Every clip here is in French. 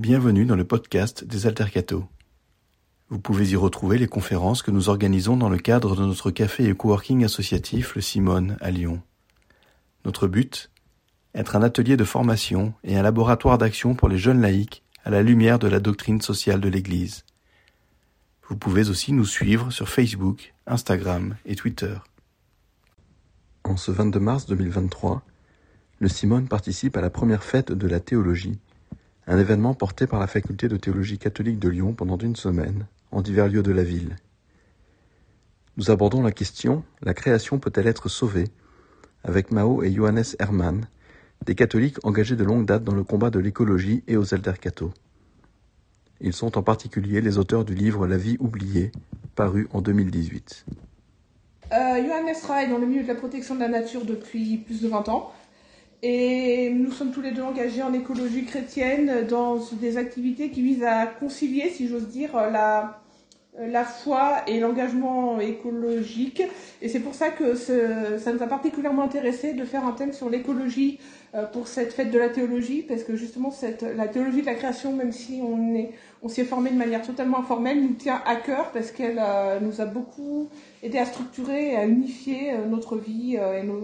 Bienvenue dans le podcast des Altercato. Vous pouvez y retrouver les conférences que nous organisons dans le cadre de notre café et coworking associatif Le Simone à Lyon. Notre but ? Être un atelier de formation et un laboratoire d'action pour les jeunes laïcs à la lumière de la doctrine sociale de l'Église. Vous pouvez aussi nous suivre sur Facebook, Instagram et Twitter. En ce 22 mars 2023, Le Simone participe à la première fête de la théologie, un événement porté par la faculté de théologie catholique de Lyon pendant une semaine, en divers lieux de la ville. Nous abordons la question « La création peut-elle être sauvée ?» avec Mao et Johannes Hermann, des catholiques engagés de longue date dans le combat de l'écologie et aux Altercato. Ils sont en particulier les auteurs du livre « La vie oubliée », paru en 2018. Johannes travaille dans le milieu de la protection de la nature depuis plus de 20 ans. Et nous sommes tous les deux engagés en écologie chrétienne dans des activités qui visent à concilier, si j'ose dire, la foi et l'engagement écologique. Et c'est pour ça que ça nous a particulièrement intéressé de faire un thème sur l'écologie pour cette fête de la théologie, parce que justement la théologie de la création, même si on s'y est formé de manière totalement informelle, nous tient à cœur parce qu'elle nous a beaucoup aidé à structurer et à unifier notre vie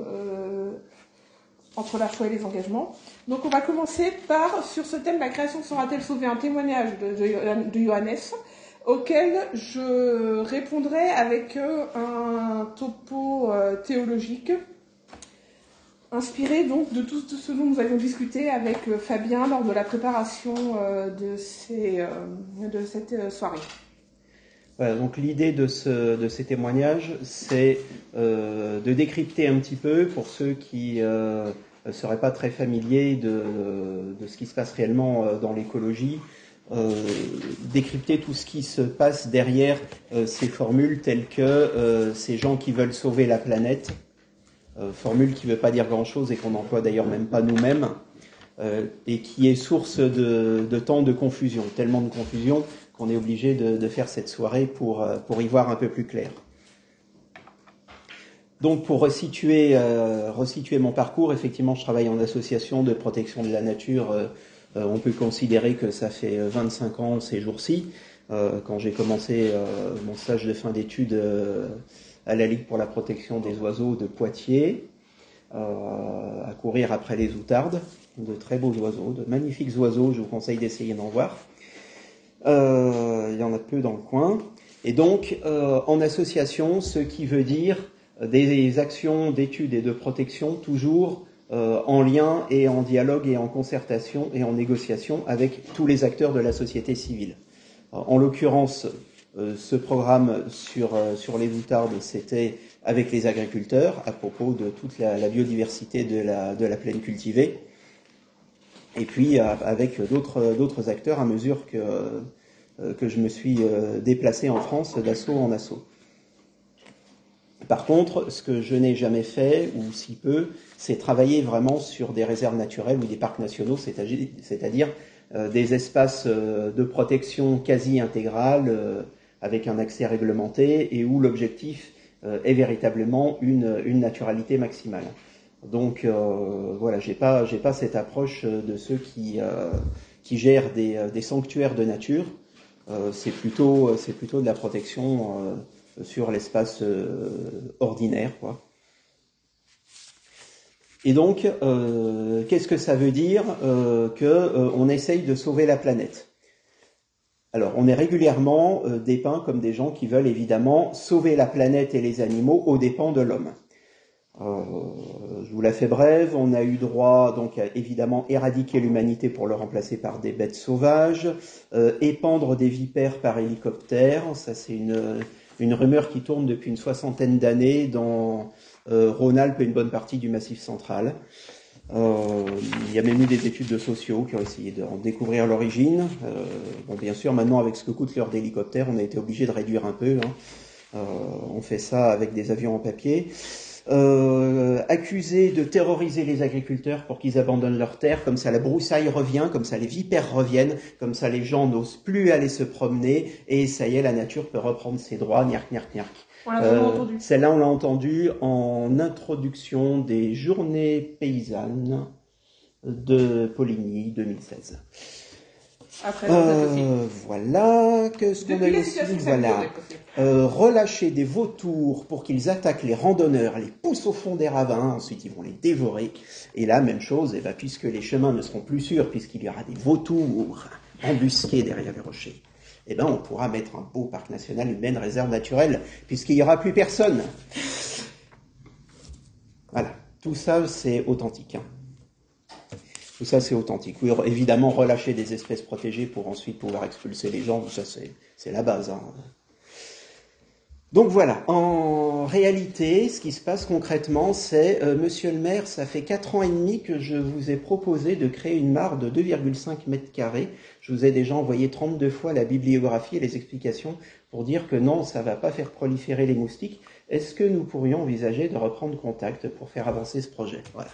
entre la foi et les engagements. Donc on va commencer sur ce thème, la création sera-t-elle sauvée, un témoignage de Johannes, auquel je répondrai avec un topo théologique, inspiré donc de tout ce dont nous avions discuté avec Fabien lors de la préparation de cette soirée. Voilà, donc l'idée de ces témoignages, c'est de décrypter un petit peu, pour ceux qui ne seraient pas très familiers de ce qui se passe réellement dans l'écologie, décrypter tout ce qui se passe derrière ces formules telles que ces gens qui veulent sauver la planète, formule qui ne veut pas dire grand-chose et qu'on n'emploie d'ailleurs même pas nous-mêmes, et qui est source de tant de confusion, tellement de confusion qu'on est obligé de faire cette soirée pour y voir un peu plus clair. Donc pour resituer mon parcours, effectivement je travaille en association de protection de la nature. On peut considérer que ça fait 25 ans ces jours-ci, quand j'ai commencé mon stage de fin d'études à la Ligue pour la protection des oiseaux de Poitiers, à courir après les outardes, de très beaux oiseaux, de magnifiques oiseaux, je vous conseille d'essayer d'en voir. Il y en a peu dans le coin. Et donc, en association, ce qui veut dire des actions d'études et de protection toujours en lien et en dialogue et en concertation et en négociation avec tous les acteurs de la société civile. En l'occurrence, ce programme sur les outardes, c'était avec les agriculteurs à propos de toute la biodiversité de la plaine cultivée. Et puis avec d'autres acteurs à mesure que je me suis déplacé en France d'assaut en assaut. Par contre, ce que je n'ai jamais fait, ou si peu, c'est travailler vraiment sur des réserves naturelles ou des parcs nationaux, c'est-à-dire des espaces de protection quasi intégrale avec un accès réglementé et où l'objectif est véritablement une naturalité maximale. Donc voilà, j'ai pas cette approche de ceux qui gèrent des sanctuaires de nature. C'est plutôt de la protection sur l'espace ordinaire, quoi. Et donc, qu'est-ce que ça veut dire qu'on essaye de sauver la planète ? Alors, on est régulièrement dépeint comme des gens qui veulent évidemment sauver la planète et les animaux aux dépens de l'homme. Je vous la fais brève, on a eu droit donc à évidemment éradiquer l'humanité pour le remplacer par des bêtes sauvages, épandre des vipères par hélicoptère, ça c'est une rumeur qui tourne depuis une 60aine d'années dans Rhône-Alpes et une bonne partie du Massif central. Il y a même eu des études de sociaux qui ont essayé d'en découvrir l'origine. Bon, bien sûr, maintenant avec ce que coûte l'heure d'hélicoptère, on a été obligé de réduire un peu. On fait ça avec des avions en papier. Accusés de terroriser les agriculteurs pour qu'ils abandonnent leurs terres, comme ça la broussaille revient, comme ça les vipères reviennent, comme ça les gens n'osent plus aller se promener, et ça y est, la nature peut reprendre ses droits, gnac, gnac, gnac. Celle-là, on l'a entendu en introduction des journées paysannes de Poligny 2016. après l'associé. Voilà, qu'est-ce qu'on a Depuis la aussi, situation voilà. sanitaire, Relâcher des vautours pour qu'ils attaquent les randonneurs, les poussent au fond des ravins, ensuite ils vont les dévorer. Et là, même chose, et ben, puisque les chemins ne seront plus sûrs, puisqu'il y aura des vautours embusqués derrière les rochers, eh ben, on pourra mettre un beau parc national, une belle réserve naturelle, puisqu'il n'y aura plus personne. Voilà, tout ça c'est authentique. Tout ça c'est authentique. Oui, évidemment, relâcher des espèces protégées pour ensuite pouvoir expulser les gens, ça c'est la base. Donc voilà, en réalité, ce qui se passe concrètement, c'est, monsieur le maire, ça fait 4 ans et demi que je vous ai proposé de créer une mare de 2,5 mètres carrés. Je vous ai déjà envoyé 32 fois la bibliographie et les explications pour dire que non, ça ne va pas faire proliférer les moustiques. Est-ce que nous pourrions envisager de reprendre contact pour faire avancer ce projet ? Voilà.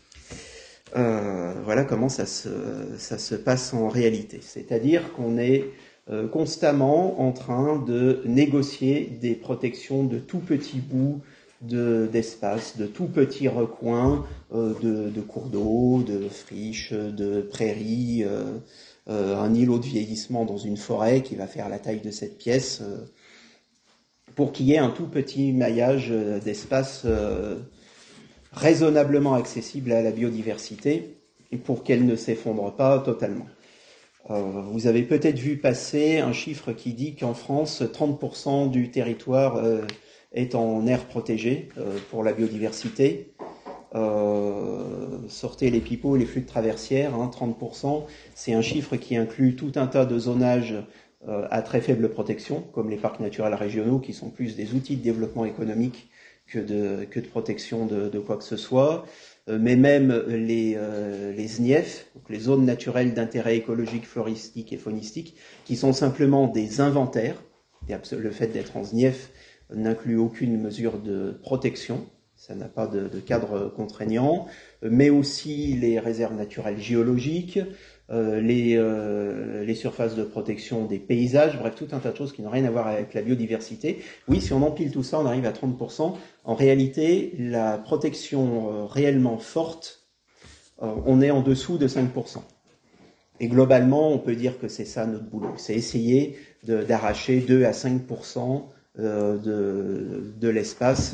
Voilà comment ça se passe en réalité. C'est-à-dire qu'on est constamment en train de négocier des protections de tout petits bouts d'espace, de tout petits recoins, de cours d'eau, de friches, de prairies, un îlot de vieillissement dans une forêt qui va faire la taille de cette pièce, pour qu'il y ait un tout petit maillage d'espace raisonnablement accessible à la biodiversité et pour qu'elle ne s'effondre pas totalement. Vous avez peut-être vu passer un chiffre qui dit qu'en France, 30% du territoire est en aire protégée pour la biodiversité. Sortez les pipeaux, les flux de traversière, 30%. C'est un chiffre qui inclut tout un tas de zonages à très faible protection, comme les parcs naturels régionaux, qui sont plus des outils de développement économique que de protection de quoi que ce soit. Mais même les ZNIEF, donc les zones naturelles d'intérêt écologique, floristique et faunistique, qui sont simplement des inventaires. Le fait d'être en ZNIEF n'inclut aucune mesure de protection, ça n'a pas de cadre contraignant, mais aussi les réserves naturelles géologiques, les surfaces de protection des paysages, bref, tout un tas de choses qui n'ont rien à voir avec la biodiversité. Oui, si on empile tout ça, on arrive à 30%. En réalité, la protection réellement forte, on est en dessous de 5%. Et globalement, on peut dire que c'est ça notre boulot. C'est essayer d'arracher 2 à 5% de l'espace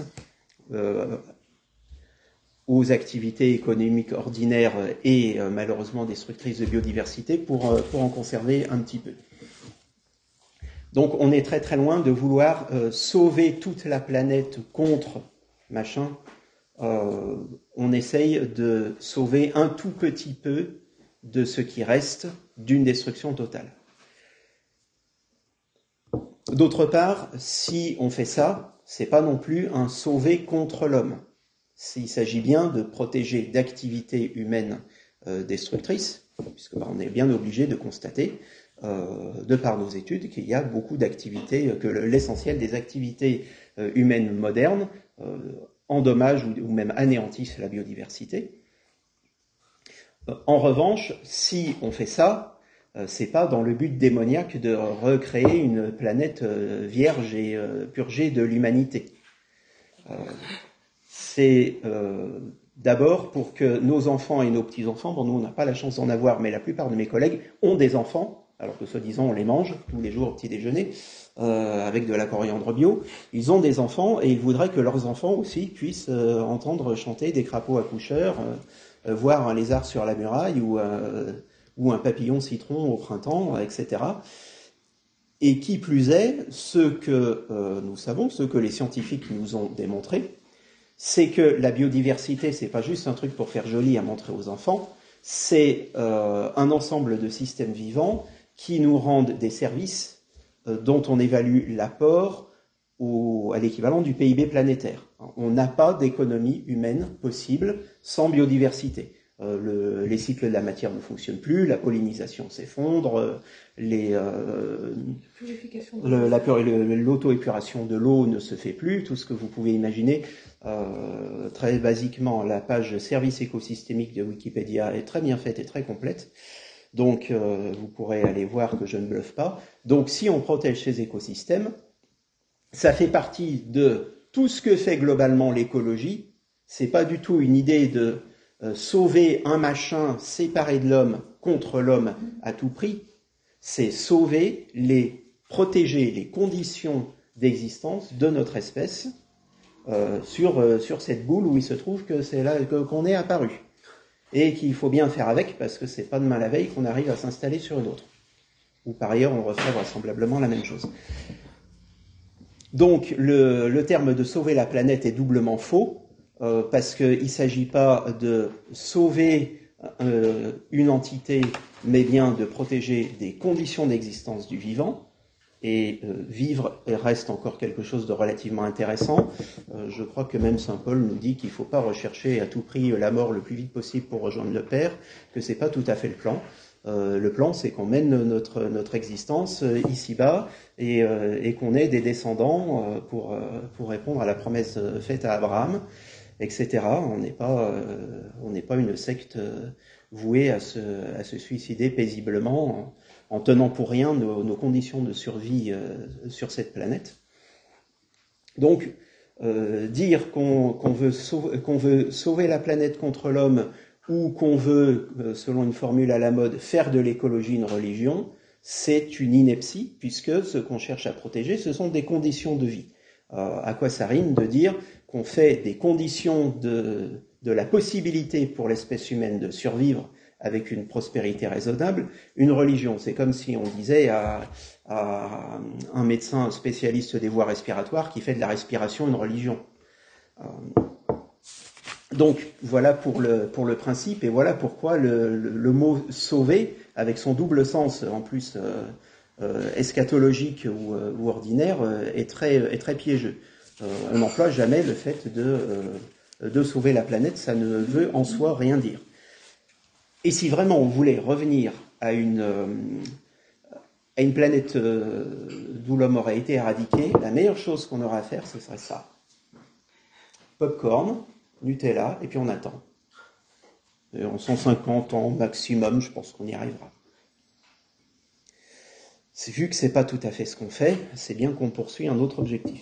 aux activités économiques ordinaires et malheureusement destructrices de biodiversité pour en conserver un petit peu. Donc on est très très loin de vouloir sauver toute la planète contre machin. On essaye de sauver un tout petit peu de ce qui reste d'une destruction totale. D'autre part, si on fait ça, c'est pas non plus un sauver contre l'homme. Il s'agit bien de protéger d'activités humaines destructrices, puisque on est bien obligé de constater, de par nos études, qu'il y a beaucoup d'activités, que l'essentiel des activités humaines modernes endommagent ou même anéantissent la biodiversité. En revanche, si on fait ça, c'est pas dans le but démoniaque de recréer une planète vierge et purgée de l'humanité. C'est d'abord pour que nos enfants et nos petits-enfants, bon, nous on n'a pas la chance d'en avoir, mais la plupart de mes collègues ont des enfants, alors que soi-disant on les mange tous les jours au petit déjeuner, avec de la coriandre bio. Ils ont des enfants et ils voudraient que leurs enfants aussi puissent entendre chanter des crapauds accoucheurs, voir un lézard sur la muraille ou un papillon citron au printemps, etc. Et qui plus est, ce que nous savons, ce que les scientifiques nous ont démontré, c'est que la biodiversité, c'est pas juste un truc pour faire joli à montrer aux enfants, c'est un ensemble de systèmes vivants qui nous rendent des services dont on évalue l'apport à l'équivalent du PIB planétaire. On n'a pas d'économie humaine possible sans biodiversité. Les cycles de la matière ne fonctionnent plus, la pollinisation s'effondre, l'auto-épuration de l'eau ne se fait plus, tout ce que vous pouvez imaginer. Très basiquement, la page service écosystémique de Wikipédia est très bien faite et très complète. Donc, vous pourrez aller voir que je ne bluffe pas. Donc, si on protège ces écosystèmes, ça fait partie de tout ce que fait globalement l'écologie. C'est pas du tout une idée de sauver un machin séparé de l'homme contre l'homme à tout prix. c'est protéger les conditions d'existence de notre espèce sur cette boule où il se trouve que c'est là qu'on est apparu. Et qu'il faut bien faire avec, parce que c'est pas demain la veille qu'on arrive à s'installer sur une autre. Ou par ailleurs, on refait vraisemblablement la même chose. Donc, le terme de sauver la planète est doublement faux, parce qu'il ne s'agit pas de sauver une entité, mais bien de protéger des conditions d'existence du vivant. Et vivre reste encore quelque chose de relativement intéressant. Je crois que même saint Paul nous dit qu'il ne faut pas rechercher à tout prix la mort le plus vite possible pour rejoindre le Père, que ce n'est pas tout à fait le plan. Le plan, c'est qu'on mène notre existence ici-bas et qu'on ait des descendants pour répondre à la promesse faite à Abraham, etc. On n'est pas une secte vouée à se suicider paisiblement en tenant pour rien nos conditions de survie sur cette planète. Donc, dire qu'on veut sauver la planète contre l'homme ou qu'on veut, selon une formule à la mode, faire de l'écologie une religion, c'est une ineptie, puisque ce qu'on cherche à protéger, ce sont des conditions de vie. À quoi ça rime de dire qu'on fait des conditions de la possibilité pour l'espèce humaine de survivre avec une prospérité raisonnable, une religion. C'est comme si on disait à un médecin spécialiste des voies respiratoires qui fait de la respiration une religion. Donc voilà pour le principe, et voilà pourquoi le mot « sauver », avec son double sens en plus eschatologique ou ordinaire, est très piégeux. On n'emploie jamais le fait de sauver la planète, ça ne veut en soi rien dire. Et si vraiment on voulait revenir à une planète d'où l'homme aurait été éradiqué, la meilleure chose qu'on aurait à faire, ce serait ça. Popcorn, Nutella, et puis on attend. Et en 150 ans maximum, je pense qu'on y arrivera. Vu que c'est pas tout à fait ce qu'on fait, c'est bien qu'on poursuit un autre objectif.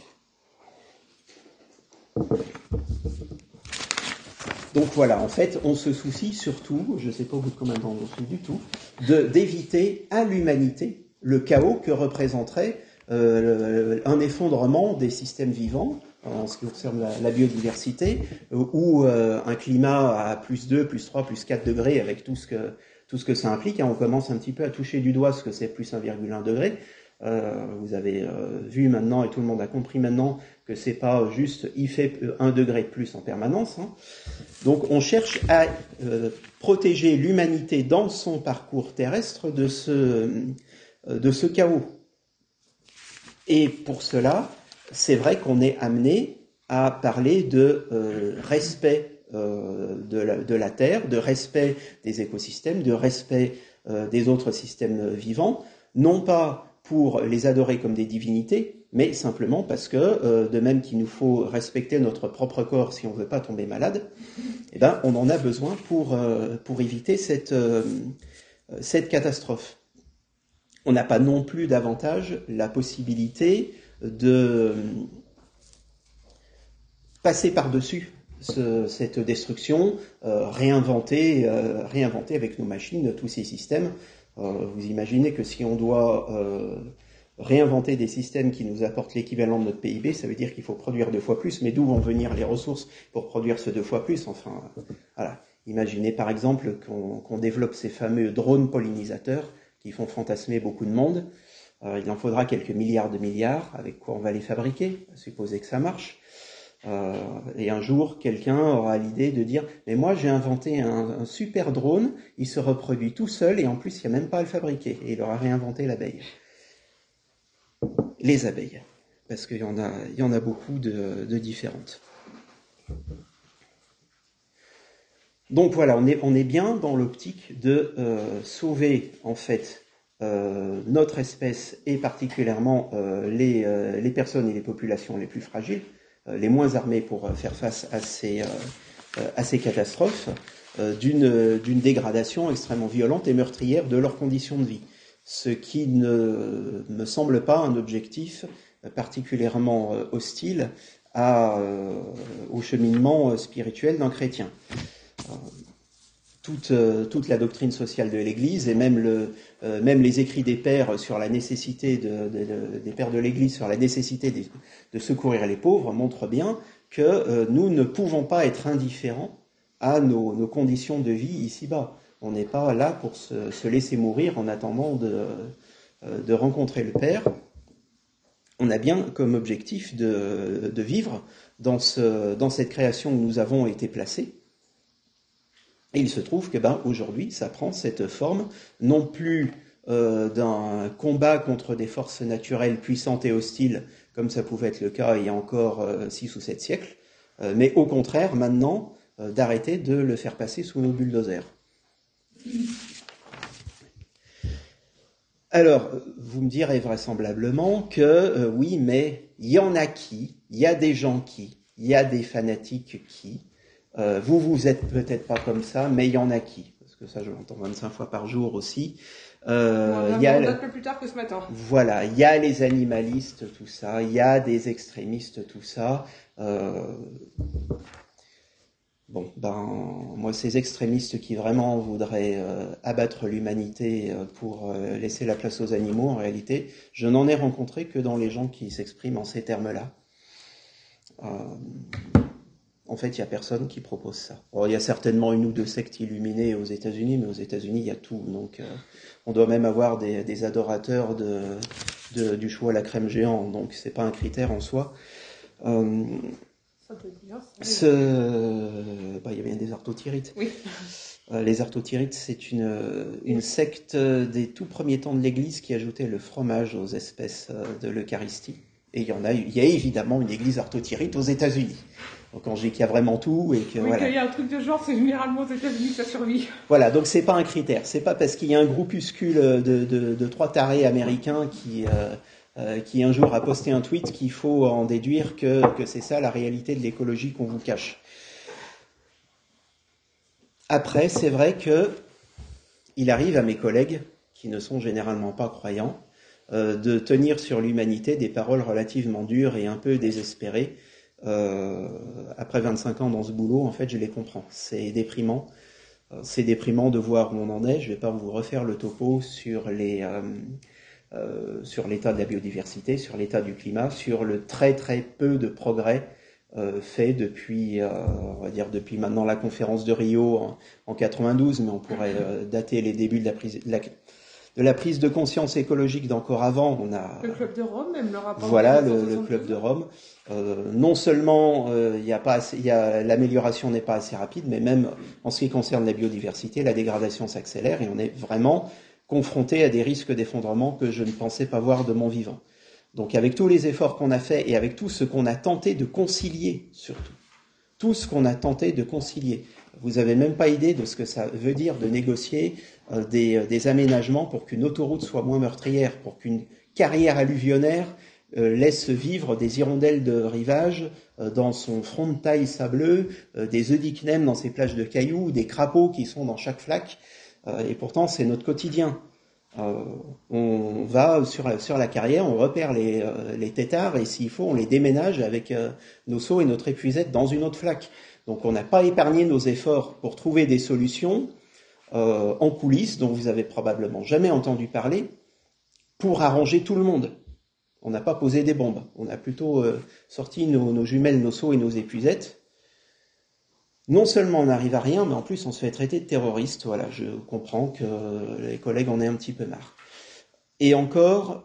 Donc voilà, en fait, on se soucie surtout, je ne sais pas au bout de combien de temps on soucie du tout, d'éviter à l'humanité le chaos que représenterait un effondrement des systèmes vivants, en ce qui concerne la biodiversité, ou un climat à plus 2, plus 3, plus 4 degrés, avec tout ce que ça implique. On commence un petit peu à toucher du doigt ce que c'est plus 1,1 degré. Vous avez vu maintenant, et tout le monde a compris maintenant, que c'est pas juste il fait 1 degré de plus en permanence. Donc on cherche à protéger l'humanité dans son parcours terrestre de ce chaos. Et pour cela, c'est vrai qu'on est amené à parler de respect de la Terre, de respect des écosystèmes, de respect des autres systèmes vivants, non pas pour les adorer comme des divinités, mais simplement parce que, de même qu'il nous faut respecter notre propre corps si on ne veut pas tomber malade, eh ben, on en a besoin pour éviter cette catastrophe. On n'a pas non plus davantage la possibilité de passer par-dessus cette destruction, réinventer avec nos machines tous ces systèmes. Vous imaginez que si on doit réinventer des systèmes qui nous apportent l'équivalent de notre PIB, ça veut dire qu'il faut produire 2 fois plus, mais d'où vont venir les ressources pour produire ce 2 fois plus? Enfin, voilà. Imaginez par exemple qu'on développe ces fameux drones pollinisateurs qui font fantasmer beaucoup de monde. Il en faudra quelques milliards de milliards, avec quoi on va les fabriquer, à supposer que ça marche. Et un jour, quelqu'un aura l'idée de dire « Mais moi, j'ai inventé un super drone, il se reproduit tout seul et en plus, il n'y a même pas à le fabriquer. » Et il aura réinventé l'abeille. Les abeilles, parce qu'il y en a beaucoup de différentes. Donc voilà, on est bien dans l'optique de sauver en fait notre espèce et particulièrement les personnes et les populations les plus fragiles, les moins armés pour faire face à ces catastrophes, d'une dégradation extrêmement violente et meurtrière de leurs conditions de vie. Ce qui ne me semble pas un objectif particulièrement hostile au cheminement spirituel d'un chrétien. toute la doctrine sociale de l'Église et même les écrits des pères sur la nécessité des pères de l'Église sur la nécessité de secourir les pauvres montrent bien que nous ne pouvons pas être indifférents à nos conditions de vie ici-bas. On n'est pas là pour se laisser mourir en attendant de rencontrer le Père. On a bien comme objectif de vivre dans cette création où nous avons été placés. Et il se trouve que aujourd'hui, ça prend cette forme, non plus d'un combat contre des forces naturelles puissantes et hostiles, comme ça pouvait être le cas il y a encore 6 ou 7 siècles, mais au contraire, maintenant, d'arrêter de le faire passer sous nos bulldozers. Alors, vous me direz vraisemblablement que oui, mais il y en a il y a des gens il y a des fanatiques vous êtes peut-être pas comme ça, mais il y en a parce que ça je l'entends 25 fois par jour aussi. Il y a un peu plus tard que ce matin. Voilà, il y a les animalistes, tout ça, il y a des extrémistes, tout ça. Moi, ces extrémistes qui vraiment voudraient abattre l'humanité pour laisser la place aux animaux, en réalité, je n'en ai rencontré que dans les gens qui s'expriment en ces termes-là. En fait, il n'y a personne qui propose ça. Alors, il y a certainement 1 ou 2 sectes illuminées aux États-Unis, mais aux États-Unis, il y a tout. Donc, on doit même avoir des adorateurs du chou à la crème géant. Donc, c'est pas un critère en soi. Il y a bien des artotyrites. Oui. Les artotyrites, c'est une secte des tout premiers temps de l'Église qui ajoutait le fromage aux espèces de l'Eucharistie. Et il y a évidemment une église artotyrite aux États-Unis. Donc quand je dis qu'il y a vraiment tout et que oui, voilà. Qu'il y a un truc de genre, c'est généralement aux États-Unis que ça survit. Voilà, donc c'est pas un critère. C'est pas parce qu'il y a un groupuscule de 3 tarés américains qui un jour a posté un tweet qu'il faut en déduire que c'est ça la réalité de l'écologie qu'on vous cache. Après, c'est vrai que il arrive à mes collègues, qui ne sont généralement pas croyants, de tenir sur l'humanité des paroles relativement dures et un peu désespérées. Après 25 ans dans ce boulot, en fait, je les comprends. C'est déprimant. C'est déprimant de voir où on en est. Je ne vais pas vous refaire le topo sur l'état de la biodiversité, sur l'état du climat, sur le très très peu de progrès fait depuis, on va dire depuis maintenant la conférence de Rio en 92, mais on pourrait dater les débuts de la prise de conscience écologique d'encore avant. On a le Club de Rome, même le rapport. Voilà, le Club de Rome. Non seulement l'amélioration n'est pas assez rapide, mais même en ce qui concerne la biodiversité, la dégradation s'accélère et on est vraiment confronté à des risques d'effondrement que je ne pensais pas voir de mon vivant. Donc avec tous les efforts qu'on a faits et avec tout ce qu'on a tenté de concilier, surtout, tout ce qu'on a tenté de concilier, vous n'avez même pas idée de ce que ça veut dire de négocier des aménagements pour qu'une autoroute soit moins meurtrière, pour qu'une carrière alluvionnaire laisse vivre des hirondelles de rivage dans son front de taille sableux, des eudicnèmes dans ses plages de cailloux, des crapauds qui sont dans chaque flaque. Et pourtant, c'est notre quotidien. On va sur la carrière, on repère les têtards et s'il faut, on les déménage avec nos seaux et notre épuisette dans une autre flaque. Donc on n'a pas épargné nos efforts pour trouver des solutions en coulisses dont vous avez probablement jamais entendu parler pour arranger tout le monde. On n'a pas posé des bombes, on a plutôt sorti nos jumelles, nos seaux et nos épuisettes. Non seulement on n'arrive à rien, mais en plus on se fait traiter de terroriste. Voilà, je comprends que les collègues en aient un petit peu marre. Et encore,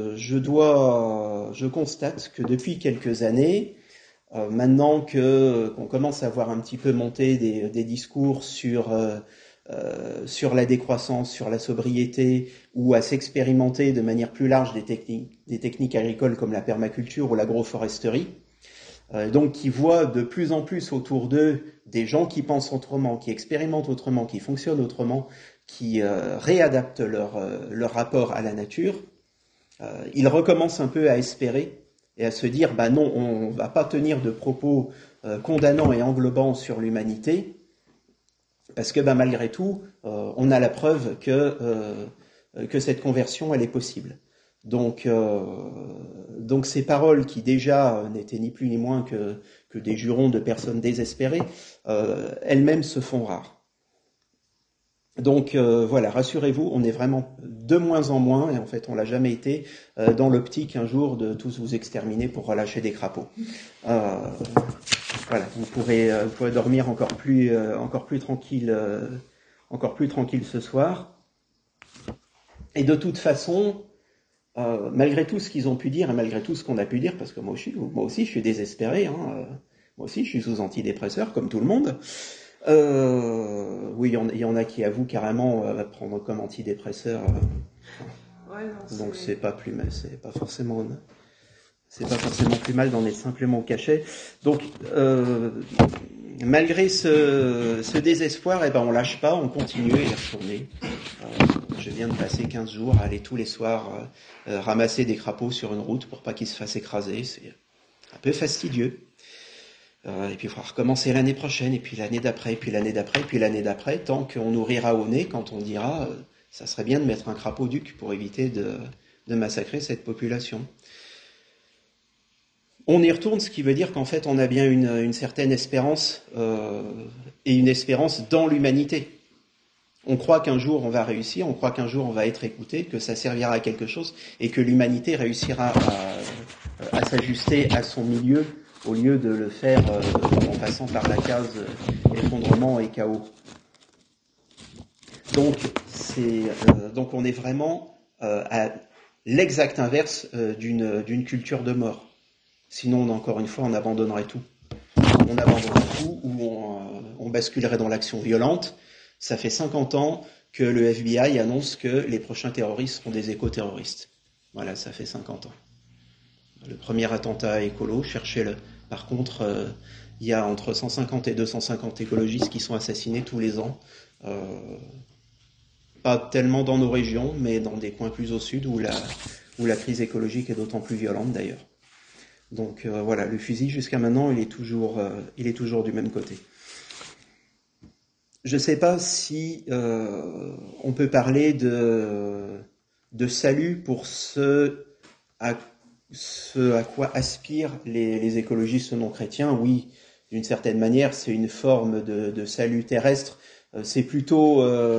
je constate que depuis quelques années, maintenant qu'on commence à voir un petit peu monter des discours sur la décroissance, sur la sobriété, ou à s'expérimenter de manière plus large des techniques agricoles comme la permaculture ou l'agroforesterie, donc qui voient de plus en plus autour d'eux des gens qui pensent autrement, qui expérimentent autrement, qui fonctionnent autrement, qui réadaptent leur rapport à la nature, ils recommencent un peu à espérer et à se dire non, on va pas tenir de propos condamnants et englobants sur l'humanité, parce que malgré tout, on a la preuve que cette conversion elle est possible. Donc ces paroles qui déjà n'étaient ni plus ni moins que des jurons de personnes désespérées, elles-mêmes se font rares. Donc voilà, rassurez-vous, on est vraiment de moins en moins, et en fait on l'a jamais été, dans l'optique un jour de tous vous exterminer pour relâcher des crapauds. Voilà, vous pourrez dormir encore plus tranquille ce soir. Et de toute façon, malgré tout ce qu'ils ont pu dire et malgré tout ce qu'on a pu dire, parce que moi aussi je suis désespéré, hein, moi aussi je suis sous antidépresseur comme tout le monde. Oui, il y en a qui avouent carrément prendre comme antidépresseur. Ouais, non, Donc c'est pas forcément plus mal d'en être simplement au cachet. Donc malgré ce désespoir, on lâche pas, on continue à y retourner. Je viens de passer 15 jours à aller tous les soirs ramasser des crapauds sur une route pour pas qu'ils se fassent écraser. C'est un peu fastidieux. Et puis il faudra recommencer l'année prochaine, et puis l'année d'après, et puis l'année d'après, et puis l'année d'après, tant qu'on nous rira au nez quand on dira ça serait bien de mettre un crapaud duc pour éviter de massacrer cette population. On y retourne, ce qui veut dire qu'en fait on a bien une certaine espérance, et une espérance dans l'humanité. On croit qu'un jour on va réussir, on croit qu'un jour on va être écouté, que ça servira à quelque chose, et que l'humanité réussira à s'ajuster à son milieu, au lieu de le faire en passant par la case effondrement et chaos. Donc on est vraiment à l'exact inverse d'une culture de mort. Sinon, encore une fois, on abandonnerait tout. On abandonnerait tout, ou on basculerait dans l'action violente. Ça fait 50 ans que le FBI annonce que les prochains terroristes seront des éco-terroristes. Voilà, ça fait 50 ans. Le premier attentat écolo, cherchez-le. Par contre, il y a entre 150 et 250 écologistes qui sont assassinés tous les ans. Pas tellement dans nos régions, mais dans des coins plus au sud où la crise écologique est d'autant plus violente d'ailleurs. Donc voilà, le fusil jusqu'à maintenant, il est toujours du même côté. Je ne sais pas si on peut parler de salut pour ce à quoi aspirent les écologistes non chrétiens. Oui, d'une certaine manière, c'est une forme de salut terrestre. C'est plutôt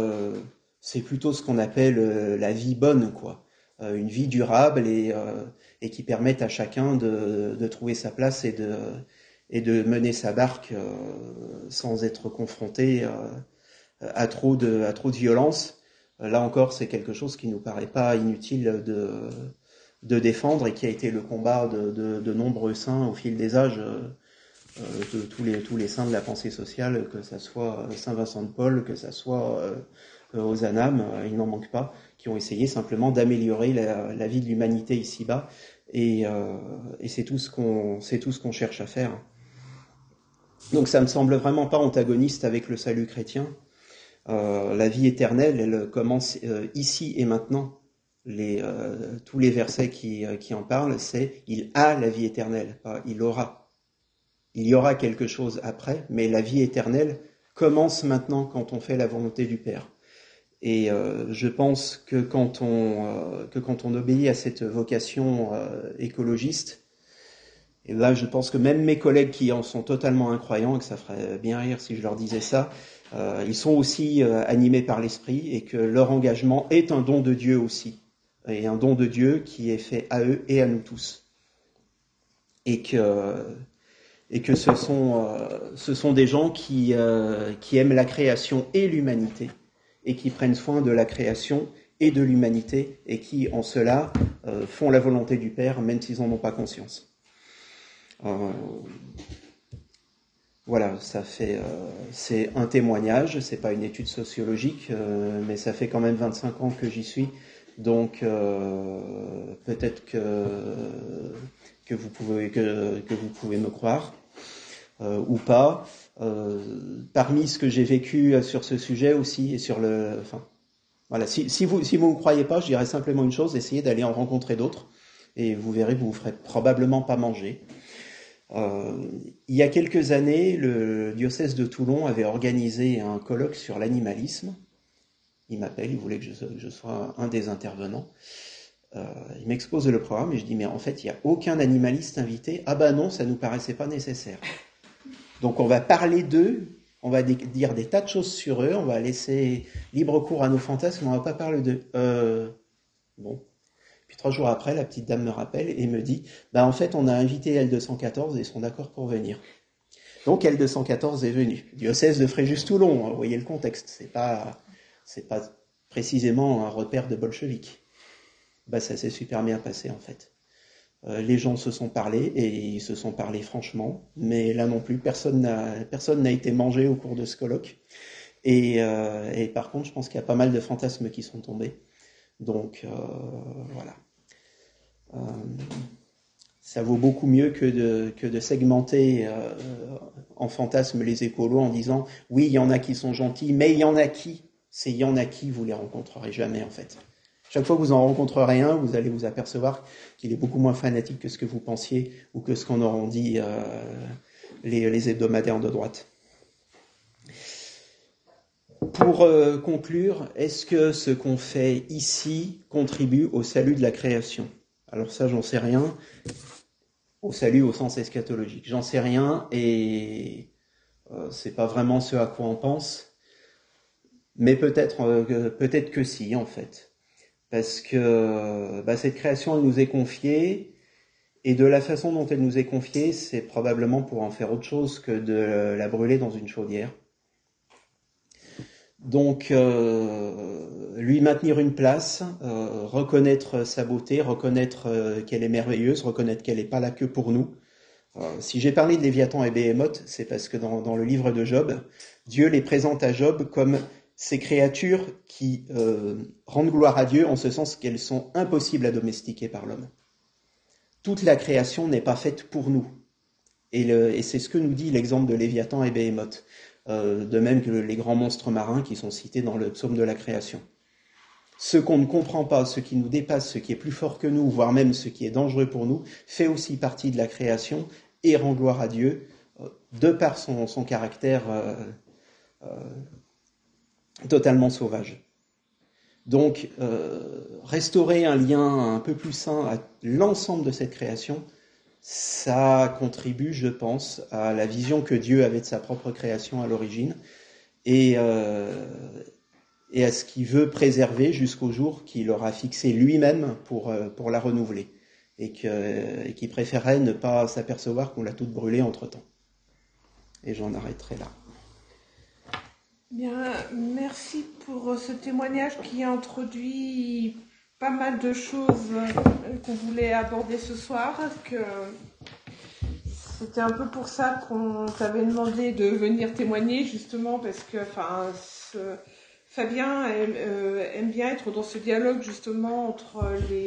ce qu'on appelle la vie bonne, quoi. Une vie durable et qui permette à chacun de trouver sa place et de mener sa barque sans être confronté à trop de violence. Là encore, c'est quelque chose qui nous paraît pas inutile de défendre et qui a été le combat de nombreux saints au fil des âges, de tous les saints de la pensée sociale, que ça soit Saint Vincent de Paul, que ça soit Ozanam, il n'en manque pas, qui ont essayé simplement d'améliorer la vie de l'humanité ici-bas, et c'est tout ce qu'on cherche à faire. Donc ça me semble vraiment pas antagoniste avec le salut chrétien. La vie éternelle, elle commence ici et maintenant. Tous les versets qui en parlent, c'est il a la vie éternelle, pas il aura. Il y aura quelque chose après, mais la vie éternelle commence maintenant quand on fait la volonté du Père. Et je pense que quand on obéit à cette vocation écologiste, et là je pense que même mes collègues qui en sont totalement incroyants, et que ça ferait bien rire si je leur disais ça, ils sont aussi animés par l'Esprit, et que leur engagement est un don de Dieu aussi, et un don de Dieu qui est fait à eux et à nous tous. Et que ce sont des gens qui aiment la création et l'humanité, et qui prennent soin de la création et de l'humanité, et qui, en cela, font la volonté du Père, même s'ils n'en ont pas conscience. Voilà, c'est un témoignage, c'est pas une étude sociologique, mais ça fait quand même 25 ans que j'y suis, donc peut-être que vous pouvez me croire ou pas. Parmi ce que j'ai vécu sur ce sujet aussi, et sur voilà, si vous me croyez pas, je dirais simplement une chose: essayez d'aller en rencontrer d'autres, et vous verrez, vous ferez probablement pas manger. Il y a quelques années, le diocèse de Toulon avait organisé un colloque sur l'animalisme. Il m'appelle, il voulait que je sois un des intervenants. Il m'expose le programme et je dis mais en fait il n'y a aucun animaliste invité. Ah ben non, ça nous paraissait pas nécessaire. Donc on va parler d'eux on va dire des tas de choses sur eux, on va laisser libre cours à nos fantasmes, on va pas parler d'eux. Bon. Puis 3 jours après, la petite dame me rappelle et me dit, en fait, on a invité L214 et ils sont d'accord pour venir. Donc L214 est venu. Diocèse de Fréjus-Toulon, vous voyez le contexte, c'est pas précisément un repère de bolcheviques. Ça s'est super bien passé en fait. Les gens se sont parlé et ils se sont parlé franchement, mais là non plus, personne n'a été mangé au cours de ce colloque. Et par contre, je pense qu'il y a pas mal de fantasmes qui sont tombés. Donc voilà. Ça vaut beaucoup mieux que de segmenter en fantasmes les écolos en disant oui, il y en a qui sont gentils, mais il y en a qui vous les rencontrerez jamais en fait. Chaque fois que vous en rencontrerez un, vous allez vous apercevoir qu'il est beaucoup moins fanatique que ce que vous pensiez ou que ce qu'en auront dit les hebdomadaires de droite. Pour conclure, est-ce que ce qu'on fait ici contribue au salut de la création ? Alors ça, j'en sais rien. Au salut au sens eschatologique. J'en sais rien et c'est pas vraiment ce à quoi on pense. Mais peut-être que si, en fait. Parce que cette création, elle nous est confiée et de la façon dont elle nous est confiée, c'est probablement pour en faire autre chose que de la brûler dans une chaudière. Donc, lui maintenir une place, reconnaître sa beauté, reconnaître qu'elle est merveilleuse, reconnaître qu'elle n'est pas là que pour nous. Si j'ai parlé de Léviathan et Béhémoth, c'est parce que dans le livre de Job, Dieu les présente à Job comme ces créatures qui rendent gloire à Dieu en ce sens qu'elles sont impossibles à domestiquer par l'homme. Toute la création n'est pas faite pour nous. Et c'est ce que nous dit l'exemple de Léviathan et Béhémoth. De même que les grands monstres marins qui sont cités dans le psaume de la création. Ce qu'on ne comprend pas, ce qui nous dépasse, ce qui est plus fort que nous, voire même ce qui est dangereux pour nous, fait aussi partie de la création et rend gloire à Dieu de par son caractère totalement sauvage. Donc, restaurer un lien un peu plus sain à l'ensemble de cette création, ça contribue, je pense, à la vision que Dieu avait de sa propre création à l'origine et à ce qu'il veut préserver jusqu'au jour qu'il aura fixé lui-même pour la renouveler et qu'il préférerait ne pas s'apercevoir qu'on l'a toute brûlée entre-temps. Et j'en arrêterai là. Bien, merci pour ce témoignage qui a introduit pas mal de choses qu'on voulait aborder ce soir, que c'était un peu pour ça qu'on t'avait demandé de venir témoigner, justement, parce que Fabien aime bien être dans ce dialogue, justement, entre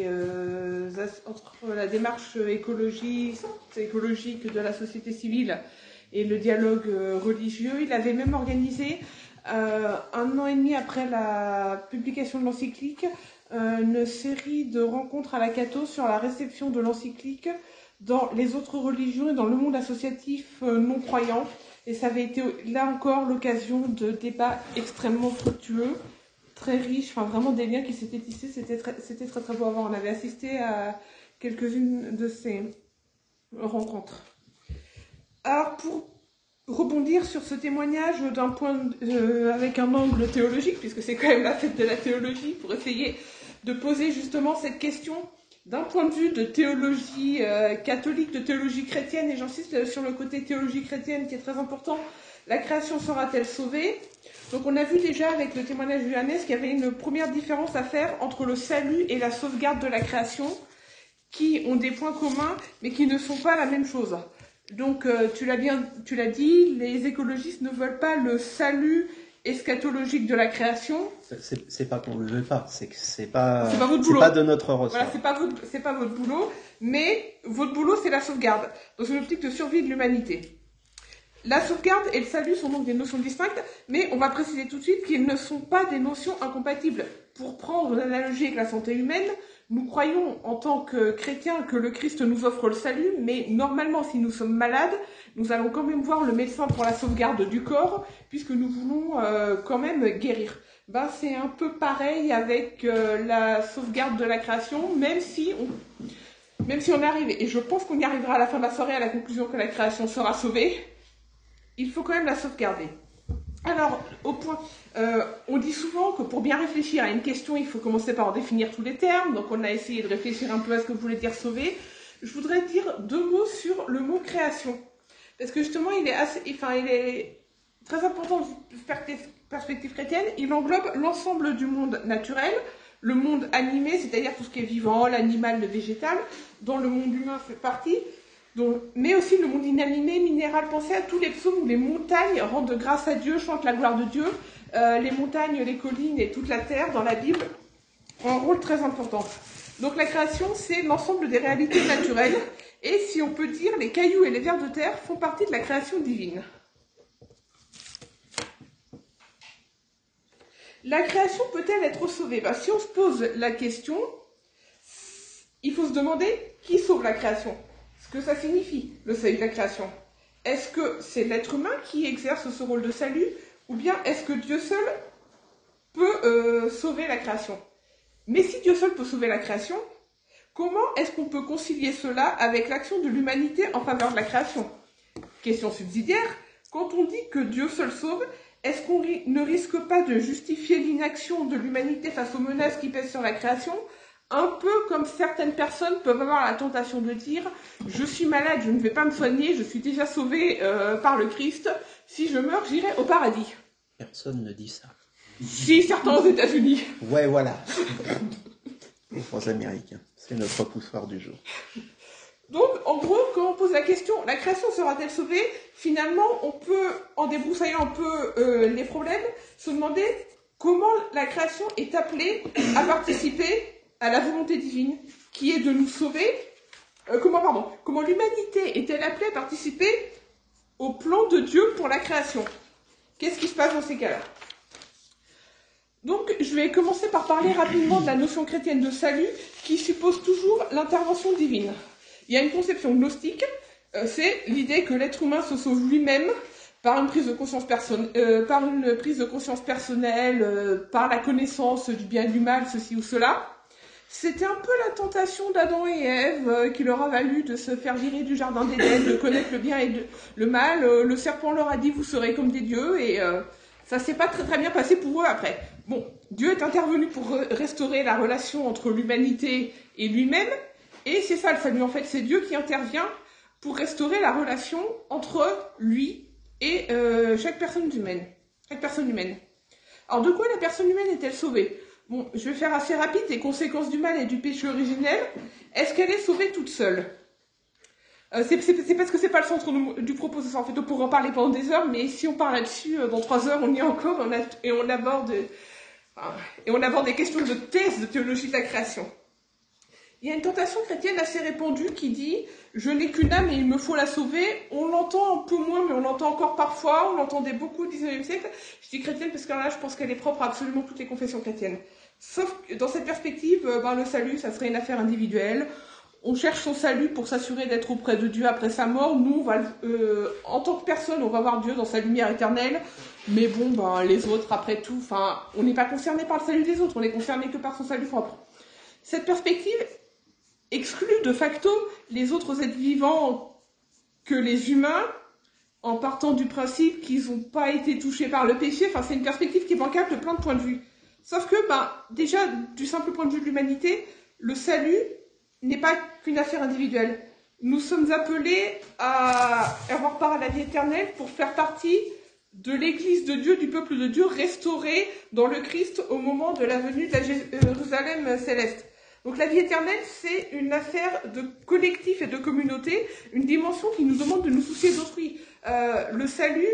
la démarche écologique de la société civile et le dialogue religieux. Il avait même organisé, 1 an et demi après la publication de l'encyclique, une série de rencontres à la Cato sur la réception de l'encyclique dans les autres religions et dans le monde associatif non croyant. Et ça avait été là encore l'occasion de débats extrêmement fructueux, très riches, enfin vraiment des liens qui s'étaient tissés, c'était très très beau à voir. On avait assisté à quelques-unes de ces rencontres. Alors pour rebondir sur ce témoignage d'un point avec un angle théologique, puisque c'est quand même la fête de la théologie, pour essayer de poser justement cette question d'un point de vue de théologie catholique, de théologie chrétienne, et j'insiste sur le côté théologie chrétienne qui est très important. La création sera-t-elle sauvée ? Donc on a vu déjà avec le témoignage de Johannes qu'il y avait une première différence à faire entre le salut et la sauvegarde de la création, qui ont des points communs, mais qui ne sont pas la même chose. Donc tu l'as dit, les écologistes ne veulent pas le salut eschatologique de la création. C'est pas qu'on le veut pas, c'est que c'est pas votre boulot. C'est pas de notre ressort. Voilà, c'est pas votre boulot, mais votre boulot c'est la sauvegarde, dans une optique de survie de l'humanité. La sauvegarde et le salut sont donc des notions distinctes, mais on va préciser tout de suite qu'ils ne sont pas des notions incompatibles. Pour prendre l'analogie avec la santé humaine, nous croyons en tant que chrétiens que le Christ nous offre le salut, mais normalement si nous sommes malades, nous allons quand même voir le médecin pour la sauvegarde du corps, puisque nous voulons quand même guérir. C'est un peu pareil avec la sauvegarde de la création, même si on arrive, et je pense qu'on y arrivera à la fin de la soirée à la conclusion que la création sera sauvée, il faut quand même la sauvegarder. Alors, on dit souvent que pour bien réfléchir à une question, il faut commencer par en définir tous les termes. Donc, on a essayé de réfléchir un peu à ce que voulait dire sauver. Je voudrais dire 2 mots sur le mot création. Parce que justement, il est très important de perspective chrétienne. Il englobe l'ensemble du monde naturel, le monde animé, c'est-à-dire tout ce qui est vivant, l'animal, le végétal, dont le monde humain fait partie. Donc, mais aussi le monde inanimé, minéral. Pensez à tous les psaumes où les montagnes rendent grâce à Dieu, chantent la gloire de Dieu. Les montagnes, les collines et toute la terre dans la Bible ont un rôle très important. Donc la création, c'est l'ensemble des réalités naturelles. Et si on peut dire, les cailloux et les vers de terre font partie de la création divine. La création peut-elle être sauvée ? Si on se pose la question, il faut se demander qui sauve la création ? Ce que ça signifie, le salut de la création. Est-ce que c'est l'être humain qui exerce ce rôle de salut, ou bien est-ce que Dieu seul peut sauver la création ? Mais si Dieu seul peut sauver la création, comment est-ce qu'on peut concilier cela avec l'action de l'humanité en faveur de la création ? Question subsidiaire, quand on dit que Dieu seul sauve, est-ce qu'on ne risque pas de justifier l'inaction de l'humanité face aux menaces qui pèsent sur la création ? Un peu comme certaines personnes peuvent avoir la tentation de dire « Je suis malade, je ne vais pas me soigner, je suis déjà sauvé par le Christ. Si je meurs, j'irai au paradis. » Personne ne dit ça. Si, certains aux États-Unis. Ouais, voilà. Aux Américains. C'est notre poussoir du jour. Donc, en gros, quand on pose la question « La création sera-t-elle sauvée ?» Finalement, on peut, en débroussaillant un peu les problèmes, se demander comment la création est appelée à participer à la volonté divine, qui est de nous sauver. Comment l'humanité est-elle appelée à participer au plan de Dieu pour la création ? Qu'est-ce qui se passe dans ces cas-là ? Donc, je vais commencer par parler rapidement de la notion chrétienne de salut, qui suppose toujours l'intervention divine. Il y a une conception gnostique, c'est l'idée que l'être humain se sauve lui-même par une prise de conscience personnelle, par la connaissance du bien et du mal, ceci ou cela. C'était un peu la tentation d'Adam et Ève qui leur a valu de se faire virer du jardin d'Éden, de connaître le bien et le mal. Le serpent leur a dit « vous serez comme des dieux » et ça s'est pas très très bien passé pour eux après. Bon, Dieu est intervenu pour restaurer la relation entre l'humanité et lui-même et c'est ça le salut en fait, c'est Dieu qui intervient pour restaurer la relation entre lui et chaque personne humaine. Alors de quoi la personne humaine est-elle sauvée ? Bon, je vais faire assez rapide, les conséquences du mal et du péché originel. Est-ce qu'elle est sauvée toute seule ? C'est parce que c'est pas le centre du propos, ça en fait, on pourrait en parler pendant des heures, mais si on parle là-dessus, dans 3 heures, on y est encore, et on aborde des questions de thèse de théologie de la création. Il y a une tentation chrétienne assez répandue qui dit « Je n'ai qu'une âme et il me faut la sauver ». On l'entend un peu moins, mais on l'entend encore parfois. On l'entendait beaucoup au XIXe siècle. Je dis chrétienne parce que là, je pense qu'elle est propre à absolument toutes les confessions chrétiennes. Sauf que dans cette perspective, le salut, ça serait une affaire individuelle. On cherche son salut pour s'assurer d'être auprès de Dieu après sa mort. Nous, en tant que personne, on va voir Dieu dans sa lumière éternelle. Mais bon, les autres, après tout, on n'est pas concerné par le salut des autres. On n'est concerné que par son salut propre. Cette perspective exclut de facto les autres êtres vivants que les humains, en partant du principe qu'ils n'ont pas été touchés par le péché. C'est une perspective qui est bancale de plein de points de vue. Sauf que, déjà, du simple point de vue de l'humanité, le salut n'est pas qu'une affaire individuelle. Nous sommes appelés à avoir part à la vie éternelle pour faire partie de l'Église de Dieu, du peuple de Dieu, restauré dans le Christ au moment de la venue de la Jérusalem céleste. Donc la vie éternelle, c'est une affaire de collectif et de communauté, une dimension qui nous demande de nous soucier d'autrui. Le salut,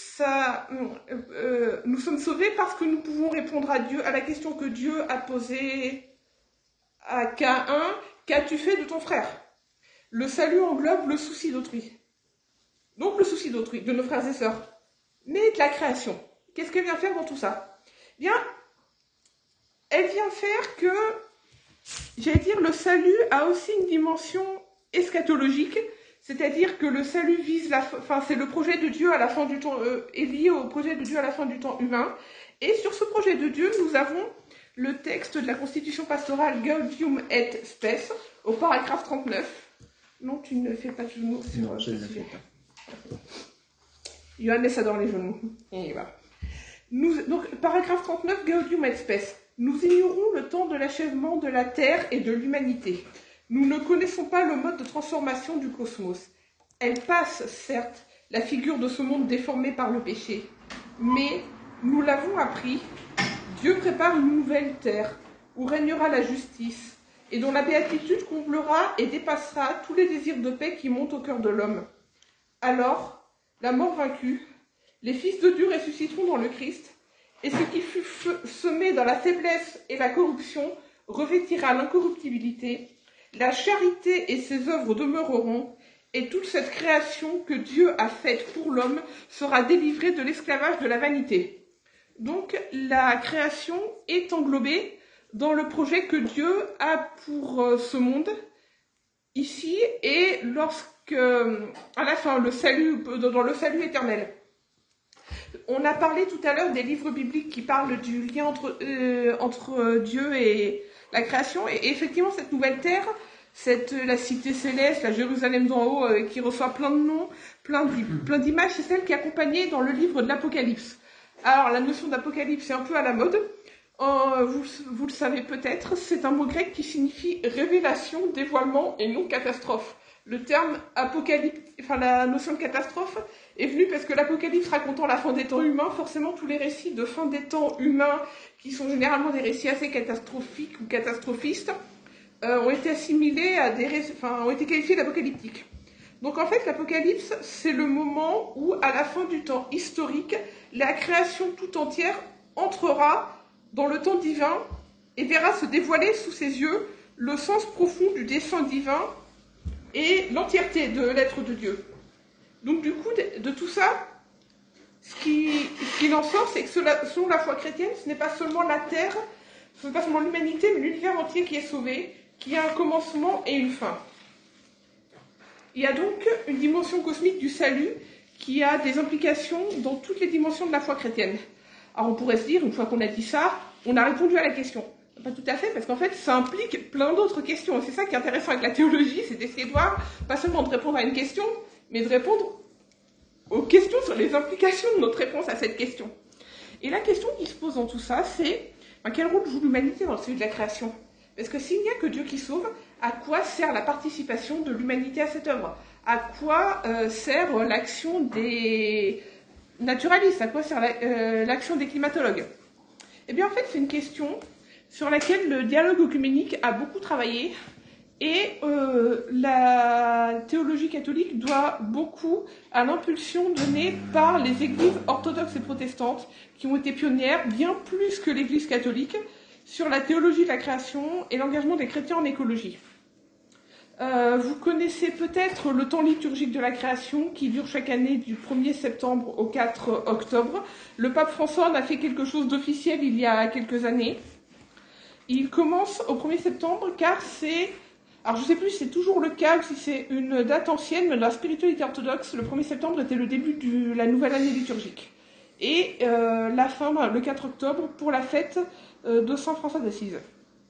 nous sommes sauvés parce que nous pouvons répondre à Dieu, à la question que Dieu a posée à Caïn, qu'as-tu fait de ton frère ? Le salut englobe le souci d'autrui. Donc le souci d'autrui, de nos frères et sœurs. Mais de la création, qu'est-ce qu'elle vient faire dans tout ça ? Bien, elle vient faire que, le salut a aussi une dimension eschatologique, c'est-à-dire que le salut vise c'est le projet de Dieu à la fin du temps, est lié au projet de Dieu à la fin du temps humain. Et sur ce projet de Dieu, nous avons le texte de la Constitution pastorale Gaudium et Spes, au paragraphe 39. Non, tu ne fais pas de genoux. Non, je ne le fais pas. Johannes adore les genoux. Et voilà. Donc, paragraphe 39, Gaudium et Spes. Nous ignorons le temps de l'achèvement de la Terre et de l'humanité. Nous ne connaissons pas le mode de transformation du cosmos. Elle passe, certes, la figure de ce monde déformé par le péché. Mais, nous l'avons appris, Dieu prépare une nouvelle terre où régnera la justice et dont la béatitude comblera et dépassera tous les désirs de paix qui montent au cœur de l'homme. Alors, la mort vaincue, les fils de Dieu ressusciteront dans le Christ, et ce qui fut semé dans la faiblesse et la corruption revêtira l'incorruptibilité, la charité et ses œuvres demeureront, et toute cette création que Dieu a faite pour l'homme sera délivrée de l'esclavage de la vanité. Donc, la création est englobée dans le projet que Dieu a pour ce monde, ici, et à la fin, dans le salut éternel. On a parlé tout à l'heure des livres bibliques qui parlent du lien entre Dieu et la création. Et effectivement, cette nouvelle terre, la cité céleste, la Jérusalem d'en haut, qui reçoit plein de noms, plein d'images, c'est celle qui est accompagnée dans le livre de l'Apocalypse. Alors, la notion d'Apocalypse est un peu à la mode. Vous le savez peut-être, c'est un mot grec qui signifie révélation, dévoilement et non catastrophe. Le terme apocalypse, la notion de catastrophe est venue parce que l'Apocalypse racontant la fin des temps humains, forcément tous les récits de fin des temps humains, qui sont généralement des récits assez catastrophiques ou catastrophistes, ont été assimilés ont été qualifiés d'apocalyptiques. Donc en fait, l'Apocalypse, c'est le moment où, à la fin du temps historique, la création tout entière entrera dans le temps divin et verra se dévoiler sous ses yeux le sens profond du dessein divin et l'entièreté de l'être de Dieu. Donc du coup, de tout ça, ce qu'il en sort, c'est que selon la foi chrétienne, ce n'est pas seulement la terre, ce n'est pas seulement l'humanité, mais l'univers entier qui est sauvé, qui a un commencement et une fin. Il y a donc une dimension cosmique du salut qui a des implications dans toutes les dimensions de la foi chrétienne. Alors on pourrait se dire, une fois qu'on a dit ça, on a répondu à la question. Pas tout à fait, parce qu'en fait, ça implique plein d'autres questions. Et c'est ça qui est intéressant avec la théologie, c'est d'essayer de voir, pas seulement de répondre à une question, mais de répondre aux questions sur les implications de notre réponse à cette question. Et la question qui se pose dans tout ça, c'est quel rôle joue l'humanité dans celui de la création ? Parce que s'il n'y a que Dieu qui sauve, à quoi sert la participation de l'humanité à cette œuvre ? À quoi sert l'action des naturalistes ? À quoi sert l'action des climatologues ? Eh bien, en fait, c'est une question sur laquelle le dialogue œcuménique a beaucoup travaillé et la théologie catholique doit beaucoup à l'impulsion donnée par les églises orthodoxes et protestantes qui ont été pionnières, bien plus que l'église catholique, sur la théologie de la création et l'engagement des chrétiens en écologie. Vous connaissez peut-être le temps liturgique de la création qui dure chaque année du 1er septembre au 4 octobre. Le pape François en a fait quelque chose d'officiel il y a quelques années. Il commence au 1er septembre car c'est... Alors je ne sais plus si c'est toujours le cas ou si c'est une date ancienne, mais dans la spiritualité orthodoxe, le 1er septembre était le début de la nouvelle année liturgique. Et la fin, le 4 octobre, pour la fête de Saint François d'Assise.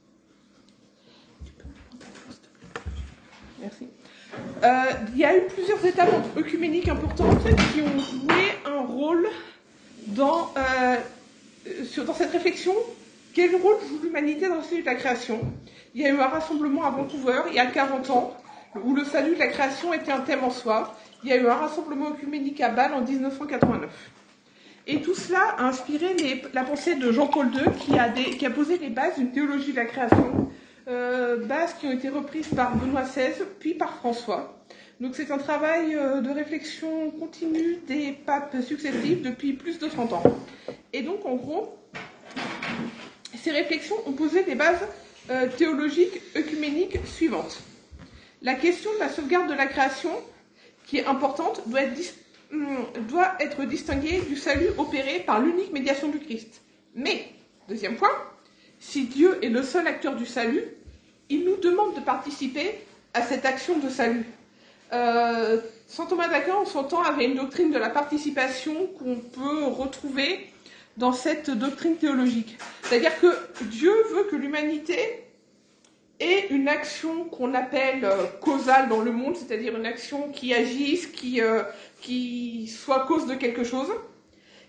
Merci. Il y a eu plusieurs étapes œcuméniques importantes qui ont joué un rôle dans cette réflexion. Quel rôle joue l'humanité dans celui de la création ? Il y a eu un rassemblement à Vancouver il y a 40 ans, où le salut de la création était un thème en soi. Il y a eu un rassemblement œcuménique à Bâle en 1989. Et tout cela a inspiré la pensée de Jean-Paul II, qui a posé les bases d'une théologie de la création, bases qui ont été reprises par Benoît XVI, puis par François. Donc c'est un travail de réflexion continue des papes successifs depuis plus de 30 ans. Et donc, en gros, ces réflexions ont posé des bases théologiques œcuméniques suivantes. La question de la sauvegarde de la création, qui est importante, doit être distinguée du salut opéré par l'unique médiation du Christ. Mais, deuxième point, si Dieu est le seul acteur du salut, il nous demande de participer à cette action de salut. Saint Thomas d'Aquin, en son temps, avait une doctrine de la participation qu'on peut retrouver dans cette doctrine théologique. C'est-à-dire que Dieu veut que l'humanité ait une action qu'on appelle causale dans le monde, c'est-à-dire une action qui agisse, qui soit cause de quelque chose.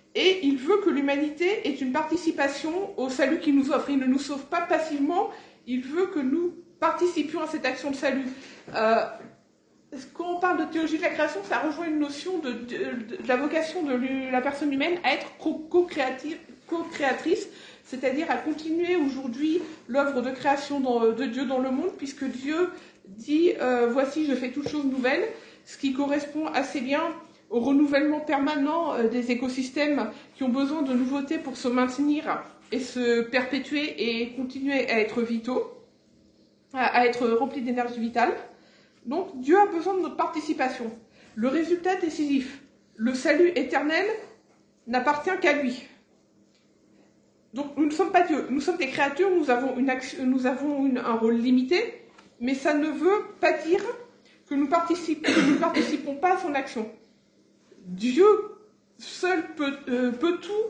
Et il veut que l'humanité ait une participation au salut qu'il nous offre. Il ne nous sauve pas passivement, il veut que nous participions à cette action de salut. Quand on parle de théologie de la création, ça rejoint une notion de la vocation de la personne humaine à être co-créatrice, c'est-à-dire à continuer aujourd'hui l'œuvre de création de Dieu dans le monde, puisque Dieu dit « Voici, je fais toutes choses nouvelles », ce qui correspond assez bien au renouvellement permanent des écosystèmes qui ont besoin de nouveautés pour se maintenir et se perpétuer et continuer à être vitaux, à être remplis d'énergie vitale. Donc Dieu a besoin de notre participation. Le résultat décisif, le salut éternel, n'appartient qu'à lui. Donc nous ne sommes pas Dieu, nous sommes des créatures, nous avons un rôle limité, mais ça ne veut pas dire que nous ne participons pas à son action. Dieu seul peut tout,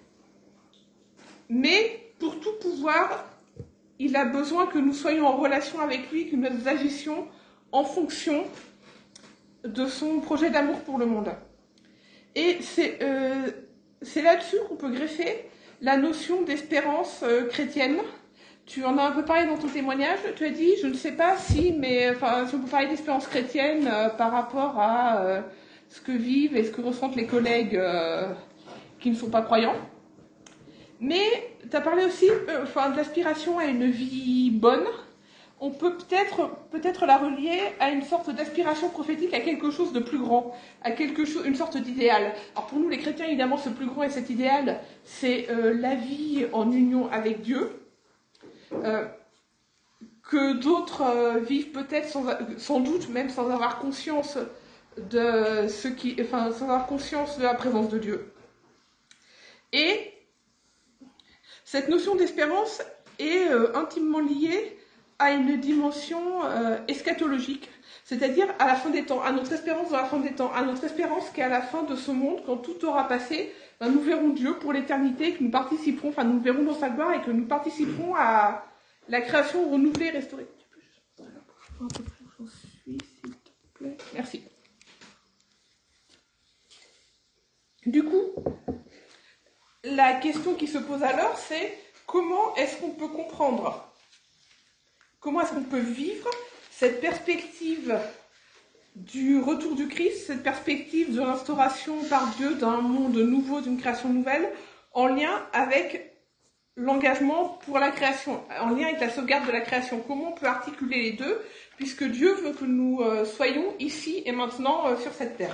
mais pour tout pouvoir, il a besoin que nous soyons en relation avec lui, que nous agissions en fonction de son projet d'amour pour le monde. Et c'est là-dessus qu'on peut greffer la notion d'espérance chrétienne. Tu en as un peu parlé dans ton témoignage. Tu as dit, je ne sais pas si on peut parler d'espérance chrétienne par rapport à ce que vivent et ce que ressentent les collègues qui ne sont pas croyants. Mais tu as parlé aussi de l'aspiration à une vie bonne. On peut peut-être la relier à une sorte d'aspiration prophétique, à quelque chose de plus grand, à une sorte d'idéal. Alors pour nous les chrétiens, évidemment, ce plus grand et cet idéal, c'est la vie en union avec Dieu, que d'autres vivent peut-être sans doute, même sans avoir conscience sans avoir conscience de la présence de Dieu. Et cette notion d'espérance est intimement liée à une dimension eschatologique, c'est-à-dire à la fin des temps, à notre espérance dans la fin des temps, à notre espérance qu'à la fin de ce monde, quand tout aura passé, nous verrons Dieu pour l'éternité, que nous participerons, nous le verrons dans sa gloire et que nous participerons à la création renouvelée et restaurée. Tu peux juste un peu plus où j'en suis, s'il te plaît. Merci. Du coup, la question qui se pose alors, c'est comment est-ce qu'on peut comprendre, comment est-ce qu'on peut vivre cette perspective du retour du Christ, cette perspective de l'instauration par Dieu d'un monde nouveau, d'une création nouvelle, en lien avec l'engagement pour la création, en lien avec la sauvegarde de la création. Comment on peut articuler les deux, puisque Dieu veut que nous soyons ici et maintenant sur cette terre.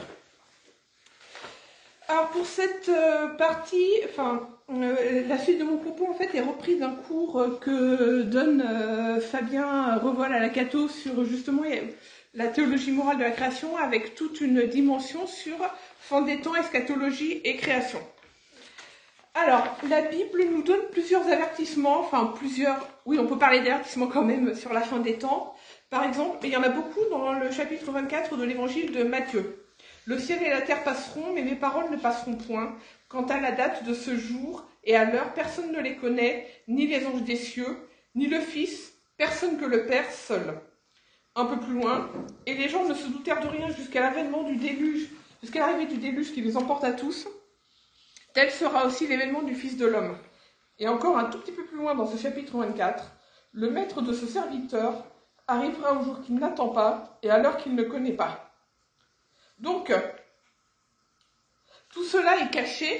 Alors pour cette partie, la suite de mon propos en fait est reprise d'un cours que donne Fabien Revol à la Cato sur justement la théologie morale de la création, avec toute une dimension sur fin des temps, eschatologie et création. Alors, la Bible nous donne plusieurs avertissements, oui, on peut parler d'avertissements quand même sur la fin des temps. Par exemple, il y en a beaucoup dans le chapitre 24 de l'évangile de Matthieu. Le ciel et la terre passeront, mais mes paroles ne passeront point. Quant à la date de ce jour et à l'heure, personne ne les connaît, ni les anges des cieux, ni le Fils, personne que le Père seul. Un peu plus loin, et les gens ne se doutèrent de rien jusqu'à l'avènement du déluge, jusqu'à l'arrivée du déluge qui les emporte à tous. Tel sera aussi l'événement du Fils de l'homme. Et encore un tout petit peu plus loin dans ce chapitre 24, le maître de ce serviteur arrivera au jour qu'il n'attend pas et à l'heure qu'il ne connaît pas. Donc, tout cela est caché.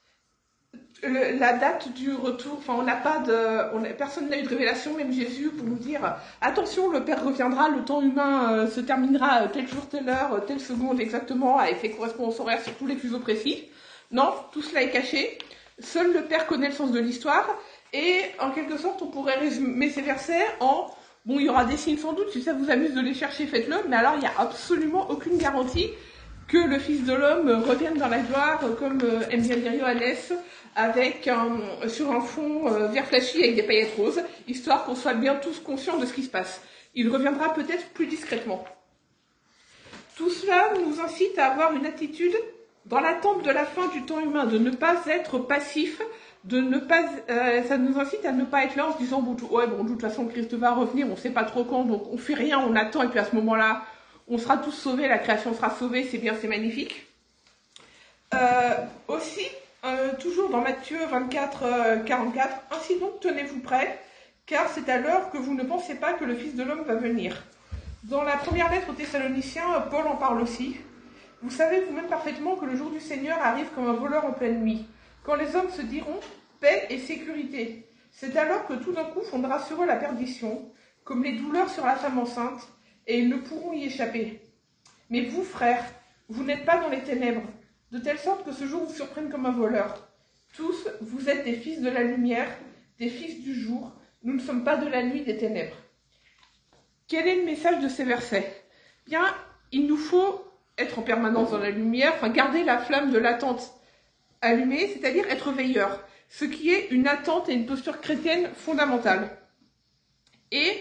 La date du retour, personne n'a eu de révélation, même Jésus, pour nous dire attention, le Père reviendra, le temps humain se terminera tel jour, telle heure, telle seconde exactement, avec fait correspondance horaire sur tous les fuseaux précis. Non, tout cela est caché. Seul le Père connaît le sens de l'histoire, et en quelque sorte, on pourrait résumer ces versets en il y aura des signes sans doute, si ça vous amuse de les chercher, faites-le, mais alors il n'y a absolument aucune garantie que le Fils de l'homme revienne dans la gloire, comme aime bien dire Johannes, sur un fond vert flashy avec des paillettes roses, histoire qu'on soit bien tous conscients de ce qui se passe. Il reviendra peut-être plus discrètement. Tout cela nous incite à avoir une attitude dans l'attente de la fin du temps humain, de ne pas être passif, ça nous incite à ne pas être là en se disant de toute façon Christ va revenir, on ne sait pas trop quand, donc on fait rien, on attend, et puis à ce moment-là, on sera tous sauvés, la création sera sauvée, c'est bien, c'est magnifique. Aussi, Toujours dans Matthieu 24, 44, « Ainsi donc tenez-vous prêts, car c'est à l'heure que vous ne pensez pas que le Fils de l'homme va venir. » Dans la première lettre aux Thessaloniciens, Paul en parle aussi. « Vous savez vous-même parfaitement que le jour du Seigneur arrive comme un voleur en pleine nuit, quand les hommes se diront « paix et sécurité ». C'est alors que tout d'un coup fondera sur eux la perdition, comme les douleurs sur la femme enceinte, et ils ne pourront y échapper. Mais vous, frères, vous n'êtes pas dans les ténèbres, de telle sorte que ce jour vous surprenne comme un voleur. Tous, vous êtes des fils de la lumière, des fils du jour, nous ne sommes pas de la nuit des ténèbres. Quel est le message de ces versets? Bien, il nous faut être en permanence dans la lumière, garder la flamme de l'attente allumée, c'est-à-dire être veilleur, ce qui est une attente et une posture chrétienne fondamentale. Et,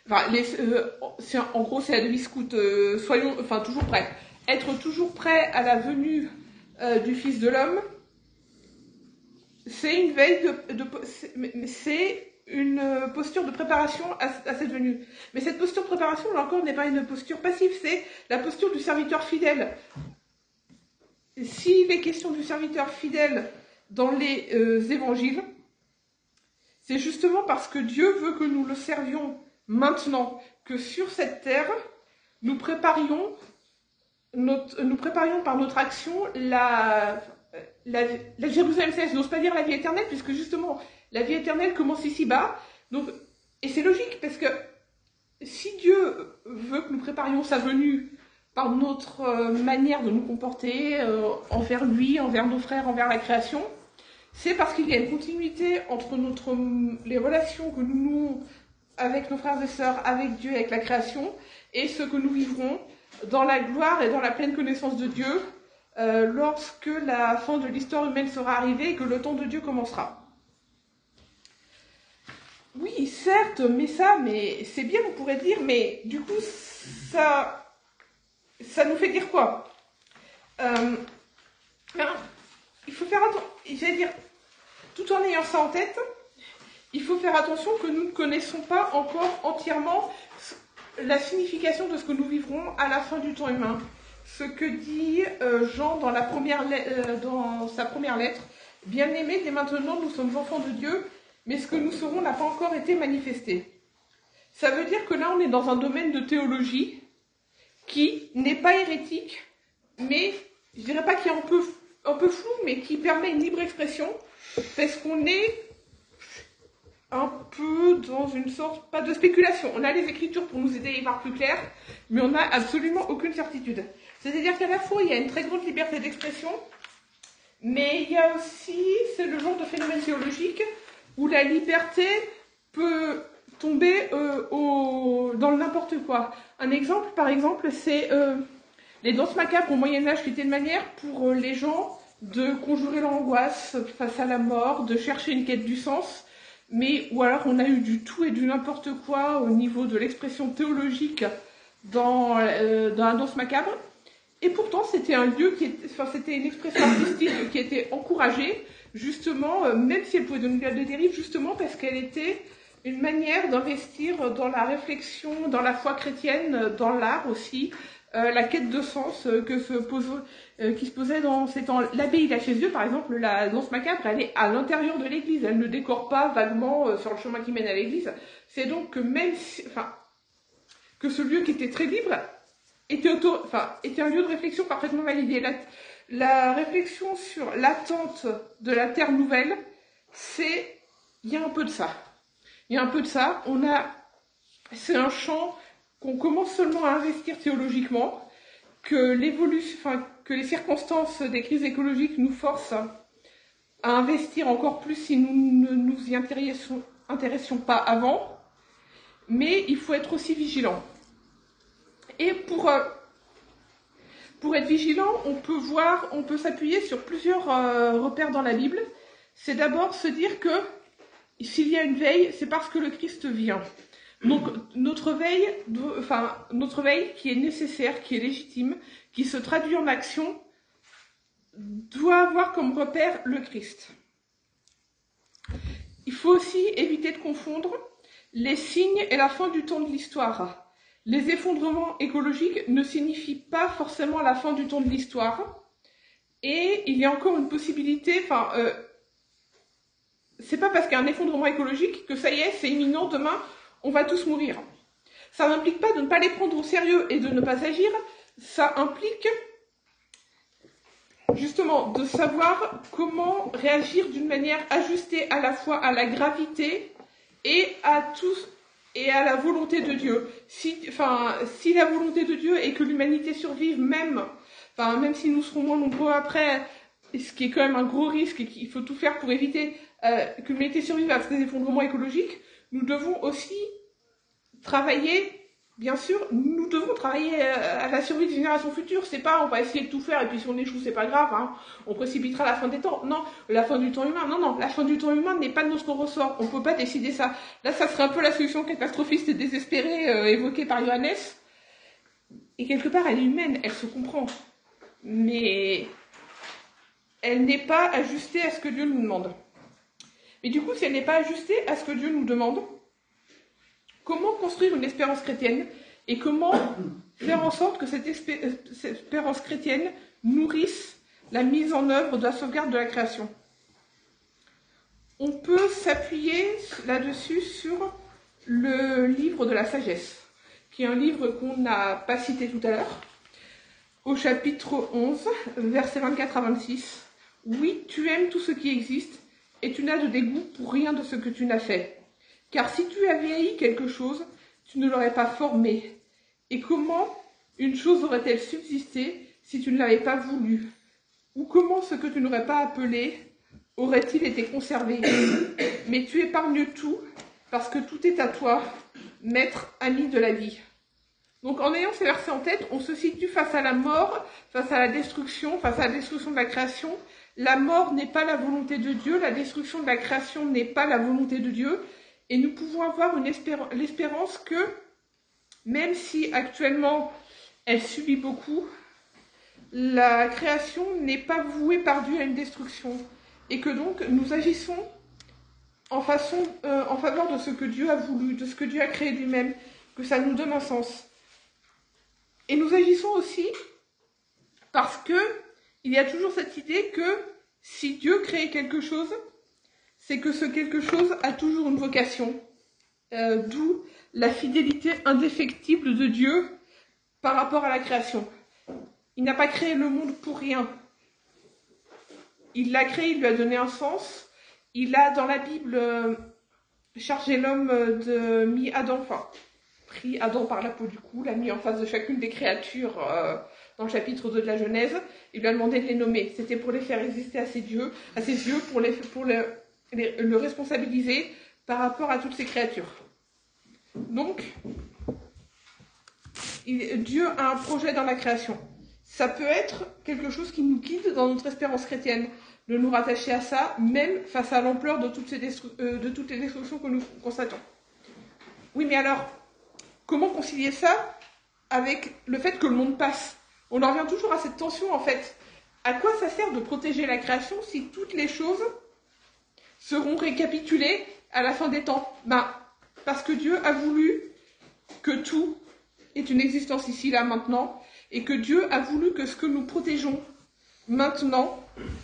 en gros, c'est la devise scout, soyons toujours prêts. Être toujours prêt à la venue du Fils de l'homme, c'est une veille c'est une posture de préparation à cette venue. Mais cette posture de préparation, là encore, n'est pas une posture passive, c'est la posture du serviteur fidèle. S'il est question du serviteur fidèle dans les évangiles, c'est justement parce que Dieu veut que nous le servions maintenant, que sur cette terre, nous préparions par notre action la Jérusalem céleste. Je n'ose pas dire la vie éternelle, puisque justement, la vie éternelle commence ici-bas. Et c'est logique, parce que si Dieu veut que nous préparions sa venue par notre manière de nous comporter envers lui, envers nos frères, envers la création, c'est parce qu'il y a une continuité entre les relations que nous nouons avec nos frères et sœurs, avec Dieu et avec la création, et ce que nous vivrons dans la gloire et dans la pleine connaissance de Dieu, lorsque la fin de l'histoire humaine sera arrivée et que le temps de Dieu commencera. Oui, certes, mais c'est bien, on pourrait dire, mais du coup, ça nous fait dire quoi? Il faut faire attention, j'allais dire, tout en ayant ça en tête, il faut faire attention que nous ne connaissons pas encore entièrement la signification de ce que nous vivrons à la fin du temps humain. Ce que dit Jean dans sa première lettre, « Bien-aimés, dès maintenant nous sommes enfants de Dieu, mais ce que nous serons n'a pas encore été manifesté. » Ça veut dire que là on est dans un domaine de théologie qui n'est pas hérétique, mais je dirais pas qui est un peu flou, mais qui permet une libre expression, parce qu'on est un peu dans une sorte, pas de spéculation. On a les Écritures pour nous aider à y voir plus clair, mais on n'a absolument aucune certitude. C'est-à-dire qu'à la fois, il y a une très grande liberté d'expression, mais il y a aussi, c'est le genre de phénomène théologique où la liberté peut tomber dans le n'importe quoi. Un exemple, par exemple, c'est les danses macabres au Moyen-Âge, qui étaient une manière pour les gens de conjurer leur angoisse face à la mort, de chercher une quête du sens, ou alors on a eu du tout et du n'importe quoi au niveau de l'expression théologique dans la danse macabre. Et pourtant, c'était un lieu c'était une expression artistique qui était encouragée, justement, même si elle pouvait donner des dérives, justement parce qu'elle était une manière d'investir dans la réflexion, dans la foi chrétienne, dans l'art aussi, la quête de sens qui se posait dans ces temps. L'abbaye là chez eux, par exemple, la danse macabre, elle est à l'intérieur de l'église, elle ne décore pas vaguement sur le chemin qui mène à l'église. C'est donc que que ce lieu qui était très libre était un lieu de réflexion parfaitement validé. La réflexion sur l'attente de la terre nouvelle, il y a un peu de ça. C'est un champ qu'on commence seulement à investir théologiquement, que les circonstances des crises écologiques nous forcent à investir encore plus si nous ne nous y intéressions pas avant, mais il faut être aussi vigilant. Et pour être vigilant, on peut s'appuyer sur plusieurs repères dans la Bible. C'est d'abord se dire que s'il y a une veille, c'est parce que le Christ vient. Donc notre veille qui est nécessaire, qui est légitime, qui se traduit en action, doit avoir comme repère le Christ. Il faut aussi éviter de confondre les signes et la fin du temps de l'histoire. Les effondrements écologiques ne signifient pas forcément la fin du temps de l'histoire, Et il y a encore une possibilité, c'est pas parce qu'il y a un effondrement écologique que ça y est, c'est imminent, demain, on va tous mourir. Ça n'implique pas de ne pas les prendre au sérieux et de ne pas agir, ça implique justement de savoir comment réagir d'une manière ajustée à la fois à la gravité et à la volonté de Dieu. Si la volonté de Dieu est que l'humanité survive, même si nous serons moins nombreux après, ce qui est quand même un gros risque et qu'il faut tout faire pour éviter que l'humanité survive à ces effondrements écologiques, nous devons aussi travailler. Bien sûr, nous devons travailler à la survie des générations futures. C'est pas, on va essayer de tout faire et puis si on échoue, c'est pas grave, hein. On précipitera la fin des temps. Non, la fin du temps humain. Non, la fin du temps humain n'est pas de notre ressort. On peut pas décider ça. Là, ça serait un peu la solution catastrophiste et désespérée évoquée par Johannes. Et quelque part, elle est humaine, elle se comprend. Mais elle n'est pas ajustée à ce que Dieu nous demande. Mais du coup, si elle n'est pas ajustée à ce que Dieu nous demande, comment construire une espérance chrétienne et comment faire en sorte que cette espérance chrétienne nourrisse la mise en œuvre de la sauvegarde de la création? On peut s'appuyer là-dessus sur le livre de la sagesse, qui est un livre qu'on n'a pas cité tout à l'heure, au chapitre 11, versets 24 à 26. « Oui, tu aimes tout ce qui existe, et tu n'as de dégoût pour rien de ce que tu n'as fait. Car si tu avais haï quelque chose, tu ne l'aurais pas formé. Et comment une chose aurait-elle subsisté si tu ne l'avais pas voulu? Ou comment ce que tu n'aurais pas appelé aurait-il été conservé? Mais tu épargnes tout, parce que tout est à toi, maître, ami de la vie. » Donc en ayant ces versets en tête, on se situe face à la mort, face à la destruction de la création. La mort n'est pas la volonté de Dieu, la destruction de la création n'est pas la volonté de Dieu. Et nous pouvons avoir l'espérance que, même si actuellement elle subit beaucoup, la création n'est pas vouée par Dieu à une destruction. Et que donc nous agissons en faveur de ce que Dieu a voulu, de ce que Dieu a créé lui-même, que ça nous donne un sens. Et nous agissons aussi parce que il y a toujours cette idée que si Dieu crée quelque chose, c'est que ce quelque chose a toujours une vocation. D'où la fidélité indéfectible de Dieu par rapport à la création. Il n'a pas créé le monde pour rien. Il l'a créé, il lui a donné un sens. Il a, dans la Bible, chargé l'homme de mis Adam, pris Adam par la peau du cou, l'a mis en face de chacune des créatures dans le chapitre 2 de la Genèse. Il lui a demandé de les nommer. C'était pour les faire exister à ses yeux, pour le responsabiliser par rapport à toutes ces créatures. Donc, Dieu a un projet dans la création. Ça peut être quelque chose qui nous guide dans notre espérance chrétienne, de nous rattacher à ça, même face à l'ampleur de toutes les destructions que nous constatons. Oui, mais alors, comment concilier ça avec le fait que le monde passe? On en revient toujours à cette tension, en fait. À quoi ça sert de protéger la création si toutes les choses seront récapitulées à la fin des temps? Parce que Dieu a voulu que tout ait une existence ici, là, maintenant, et que Dieu a voulu que ce que nous protégeons maintenant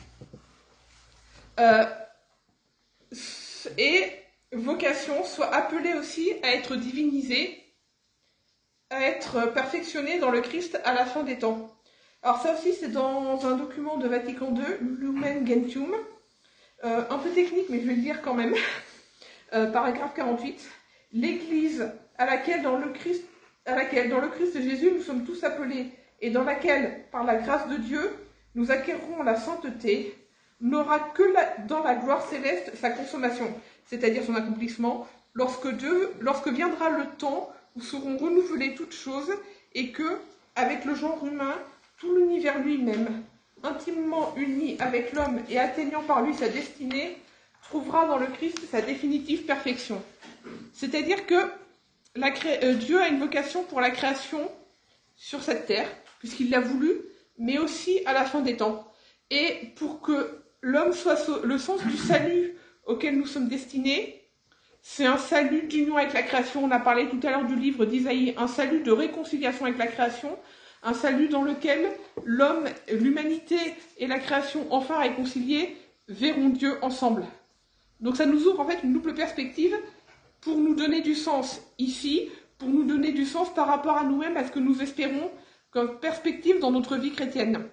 et vocation soit appelé aussi à être divinisé, à être perfectionné dans le Christ à la fin des temps. Alors ça aussi, c'est dans un document de Vatican II, Lumen Gentium, un peu technique, mais je vais le lire quand même. Paragraphe 48. L'Église à laquelle dans le Christ Jésus nous sommes tous appelés et dans laquelle, par la grâce de Dieu, nous acquérerons la sainteté, n'aura que dans la gloire céleste sa consommation, c'est-à-dire son accomplissement, lorsque viendra le temps où seront renouvelées toutes choses et que, avec le genre humain, tout l'univers lui-même, intimement uni avec l'homme et atteignant par lui sa destinée, trouvera dans le Christ sa définitive perfection. C'est-à-dire que Dieu a une vocation pour la création sur cette terre, puisqu'il l'a voulu, mais aussi à la fin des temps. Et pour que l'homme soit le sens du salut auquel nous sommes destinés, c'est un salut d'union avec la création. On a parlé tout à l'heure du livre d'Isaïe, un salut de réconciliation avec la création, un salut dans lequel l'homme, l'humanité et la création enfin réconciliées verront Dieu ensemble. Donc ça nous ouvre en fait une double perspective pour nous donner du sens ici, pour nous donner du sens par rapport à nous-mêmes, à ce que nous espérons comme perspective dans notre vie chrétienne.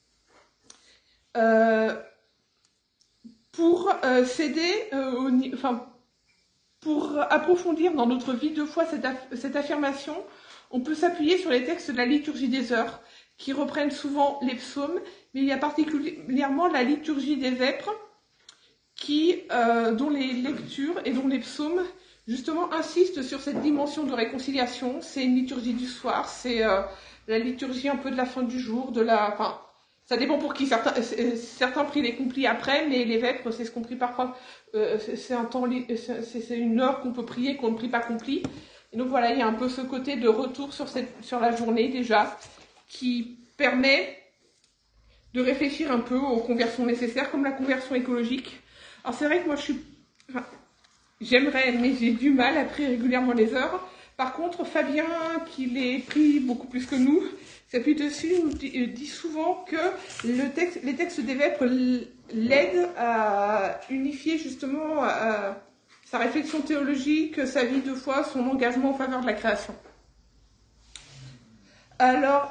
Pour pour approfondir dans notre vie de foi cette affirmation, on peut s'appuyer sur les textes de la liturgie des heures, qui reprennent souvent les psaumes, mais il y a particulièrement la liturgie des vêpres, dont les lectures et dont les psaumes, justement, insistent sur cette dimension de réconciliation. C'est une liturgie du soir, c'est la liturgie un peu de la fin du jour, ça dépend pour qui. Certains prient les complits après, mais les vêpres, c'est ce qu'on prie parfois. C'est une heure qu'on peut prier, qu'on ne prie pas complis. Et donc voilà, il y a un peu ce côté de retour sur la journée déjà, qui permet de réfléchir un peu aux conversions nécessaires, comme la conversion écologique. Alors c'est vrai que moi j'aimerais, mais j'ai du mal à prier régulièrement les heures. Par contre, Fabien, qui les prie beaucoup plus que nous, s'appuie dessus, nous dit souvent que les textes des vêpres l'aident à unifier justement sa réflexion théologique, sa vie de foi, son engagement en faveur de la création. Alors,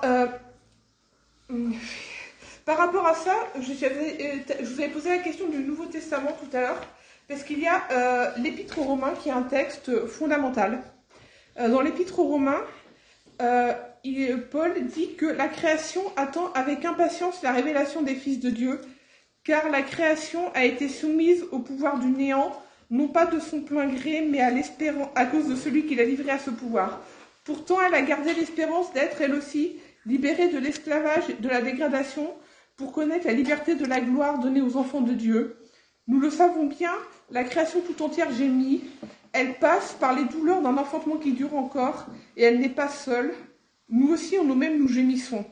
par rapport à ça, je vous avais posé la question du Nouveau Testament tout à l'heure, parce qu'il y a l'Épître aux Romains qui est un texte fondamental. Dans l'Épître aux Romains, Paul dit que la création attend avec impatience la révélation des fils de Dieu, car la création a été soumise au pouvoir du néant, non pas de son plein gré, mais à cause de celui qui l'a livrée à ce pouvoir. Pourtant, elle a gardé l'espérance d'être, elle aussi, libérée de l'esclavage et de la dégradation, pour connaître la liberté de la gloire donnée aux enfants de Dieu. Nous le savons bien, la création tout entière gémit. Elle passe par les douleurs d'un enfantement qui dure encore, et elle n'est pas seule. Nous aussi, en nous-mêmes, nous gémissons.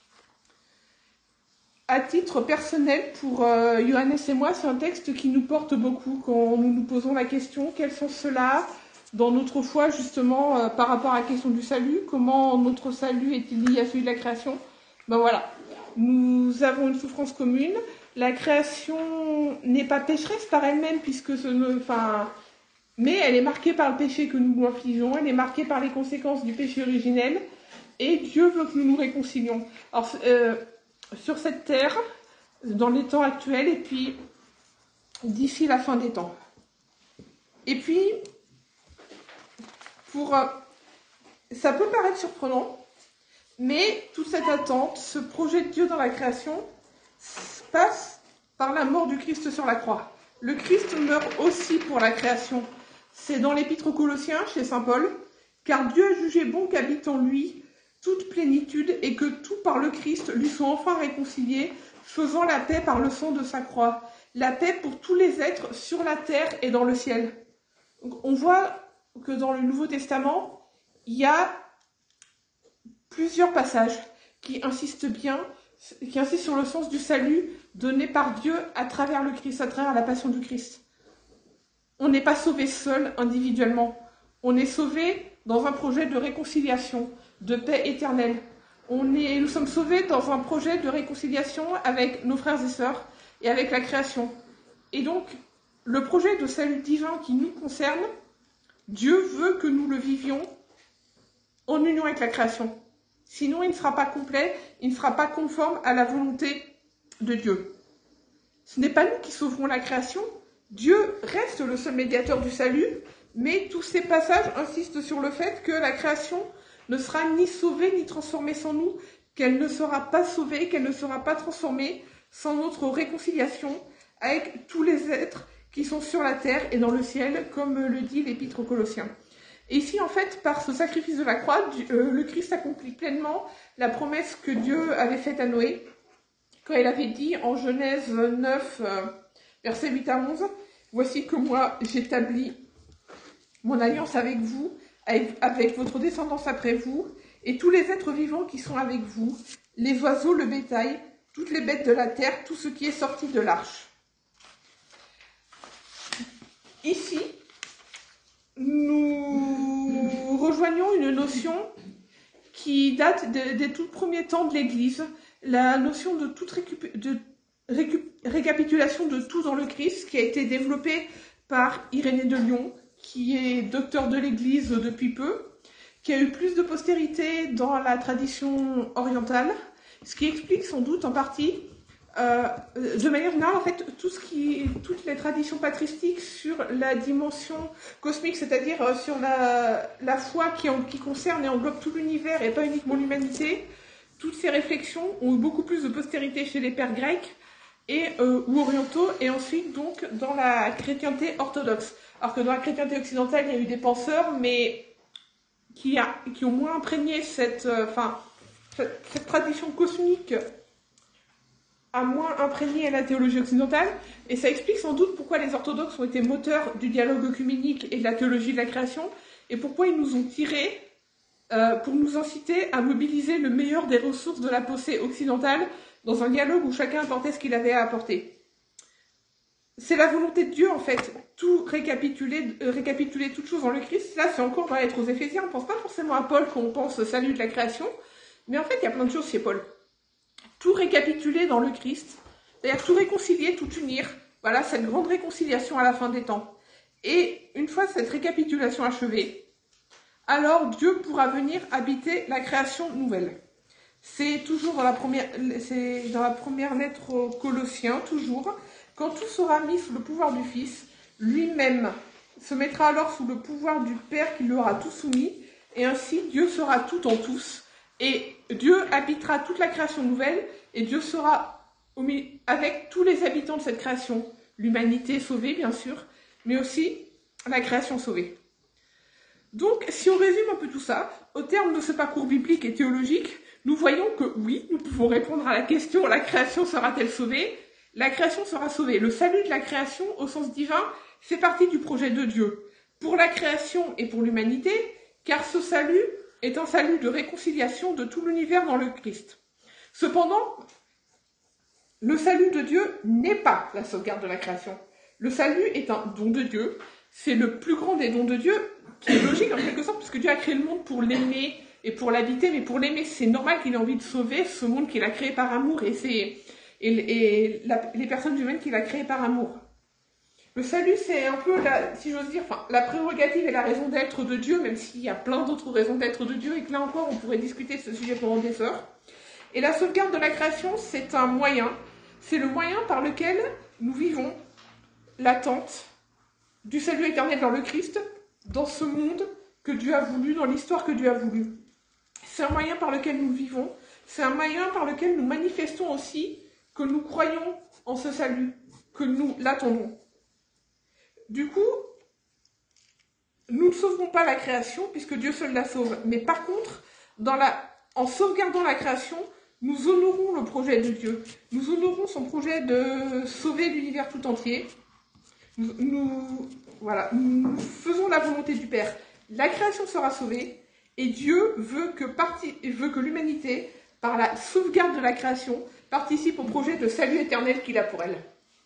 À titre personnel, pour Johannes et moi, c'est un texte qui nous porte beaucoup quand nous nous posons la question, quel sens cela a dans notre foi, justement, par rapport à la question du salut, comment notre salut est-il lié à celui de la création? Ben voilà, nous avons une souffrance commune. La création n'est pas pécheresse par elle-même, mais elle est marquée par le péché que nous infligeons, elle est marquée par les conséquences du péché originel, et Dieu veut que nous nous réconcilions. Alors, sur cette terre, dans les temps actuels, et puis d'ici la fin des temps. Et puis, ça peut paraître surprenant, mais toute cette attente, ce projet de Dieu dans la création, passe par la mort du Christ sur la croix. Le Christ meurt aussi pour la création. C'est dans l'Épître aux Colossiens, chez saint Paul, « Car Dieu a jugé bon qu'habite en lui toute plénitude et que tout par le Christ lui soit enfin réconcilié, faisant la paix par le sang de sa croix. La paix pour tous les êtres sur la terre et dans le ciel. » Donc, on voit que dans le Nouveau Testament, il y a plusieurs passages qui insistent sur le sens du salut donné par Dieu à travers le Christ, à travers la passion du Christ. On n'est pas sauvé seul, individuellement. On est sauvé dans un projet de réconciliation, de paix éternelle. Nous sommes sauvés dans un projet de réconciliation avec nos frères et sœurs et avec la création. Et donc, le projet de salut divin qui nous concerne, Dieu veut que nous le vivions en union avec la création. Sinon, il ne sera pas complet, il ne sera pas conforme à la volonté de Dieu. Ce n'est pas nous qui sauverons la création, Dieu reste le seul médiateur du salut, mais tous ces passages insistent sur le fait que la création ne sera ni sauvée ni transformée sans nous, qu'elle ne sera pas sauvée, qu'elle ne sera pas transformée sans notre réconciliation avec tous les êtres qui sont sur la terre et dans le ciel, comme le dit l'Épître aux Colossiens. Et ici, en fait, par ce sacrifice de la croix, le Christ accomplit pleinement la promesse que Dieu avait faite à Noé, quand il avait dit en Genèse 9, versets 8 à 11, « Voici que moi j'établis mon alliance avec vous, avec votre descendance après vous, et tous les êtres vivants qui sont avec vous, les oiseaux, le bétail, toutes les bêtes de la terre, tout ce qui est sorti de l'arche. » Ici, nous rejoignons une notion qui date des tout premiers temps de l'Église. La notion de toute récapitulation de tout dans le Christ, qui a été développée par Irénée de Lyon, qui est docteur de l'Église depuis peu, qui a eu plus de postérité dans la tradition orientale, ce qui explique sans doute en partie, de manière générale, en fait, toutes les traditions patristiques sur la dimension cosmique, c'est-à-dire sur la foi qui concerne et englobe tout l'univers et pas uniquement l'humanité. Toutes ces réflexions ont eu beaucoup plus de postérité chez les pères grecs ou orientaux, et ensuite donc dans la chrétienté orthodoxe. Alors que dans la chrétienté occidentale, il y a eu des penseurs, mais qui ont moins imprégné cette tradition cosmique a moins imprégné la théologie occidentale, et ça explique sans doute pourquoi les orthodoxes ont été moteurs du dialogue œcuménique et de la théologie de la création, et pourquoi ils nous ont tirés pour nous inciter à mobiliser le meilleur des ressources de la pensée occidentale dans un dialogue où chacun apportait ce qu'il avait à apporter. C'est la volonté de Dieu, en fait, tout récapituler toutes choses dans le Christ. Là, c'est encore dans l'être aux Éphésiens. On ne pense pas forcément à Paul quand on pense au salut de la création, mais en fait, il y a plein de choses chez Paul. Tout récapituler dans le Christ, c'est-à-dire tout réconcilier, tout unir. Voilà, cette grande réconciliation à la fin des temps. Et une fois cette récapitulation achevée, alors Dieu pourra venir habiter la création nouvelle. C'est toujours dans la première lettre aux Colossiens, toujours. Quand tout sera mis sous le pouvoir du Fils, lui-même se mettra alors sous le pouvoir du Père qui lui aura tout soumis, et ainsi Dieu sera tout en tous, et Dieu habitera toute la création nouvelle, et Dieu sera avec tous les habitants de cette création, l'humanité sauvée bien sûr, mais aussi la création sauvée. Donc, si on résume un peu tout ça, au terme de ce parcours biblique et théologique, nous voyons que oui, nous pouvons répondre à la question « La création sera-t-elle sauvée ?» La création sera sauvée. Le salut de la création, au sens divin, fait partie du projet de Dieu, pour la création et pour l'humanité, car ce salut est un salut de réconciliation de tout l'univers dans le Christ. Cependant, le salut de Dieu n'est pas la sauvegarde de la création. Le salut est un don de Dieu. C'est le plus grand des dons de Dieu, qui est logique en quelque sorte, puisque Dieu a créé le monde pour l'aimer et pour l'habiter, mais pour l'aimer, c'est normal qu'il ait envie de sauver ce monde qu'il a créé par amour, et les personnes humaines qu'il a créées par amour. Le salut, c'est un peu, si j'ose dire, la prérogative et la raison d'être de Dieu, même s'il y a plein d'autres raisons d'être de Dieu, et que là encore, on pourrait discuter ce sujet pendant des heures. Et la sauvegarde de la création, c'est un moyen, c'est le moyen par lequel nous vivons l'attente du salut éternel dans le Christ, dans ce monde que Dieu a voulu, dans l'histoire que Dieu a voulu. C'est un moyen par lequel nous vivons, c'est un moyen par lequel nous manifestons aussi que nous croyons en ce salut, que nous l'attendons. Du coup, nous ne sauverons pas la création, puisque Dieu seul la sauve. Mais par contre, en sauvegardant la création, nous honorons le projet de Dieu. Nous honorons son projet de sauver l'univers tout entier. Nous faisons la volonté du Père. La création sera sauvée, et Dieu veut que l'humanité, par la sauvegarde de la création, participe au projet de salut éternel qu'il a pour elle.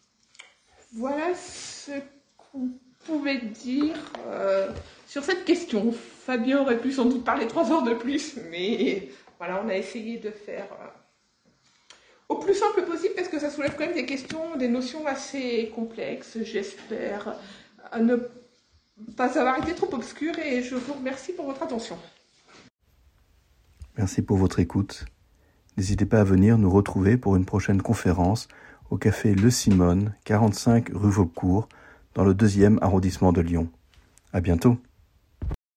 Voilà ce qu'on pouvait dire sur cette question. Fabien aurait pu sans doute parler 3 heures de plus, mais voilà, on a essayé de faire au plus simple possible, parce que ça soulève quand même des questions, des notions assez complexes. J'espère ne pas avoir été trop obscure, et je vous remercie pour votre attention. Merci pour votre écoute. N'hésitez pas à venir nous retrouver pour une prochaine conférence au café Le Simone, 45 rue Vaucourt, dans le 2e arrondissement de Lyon. À bientôt.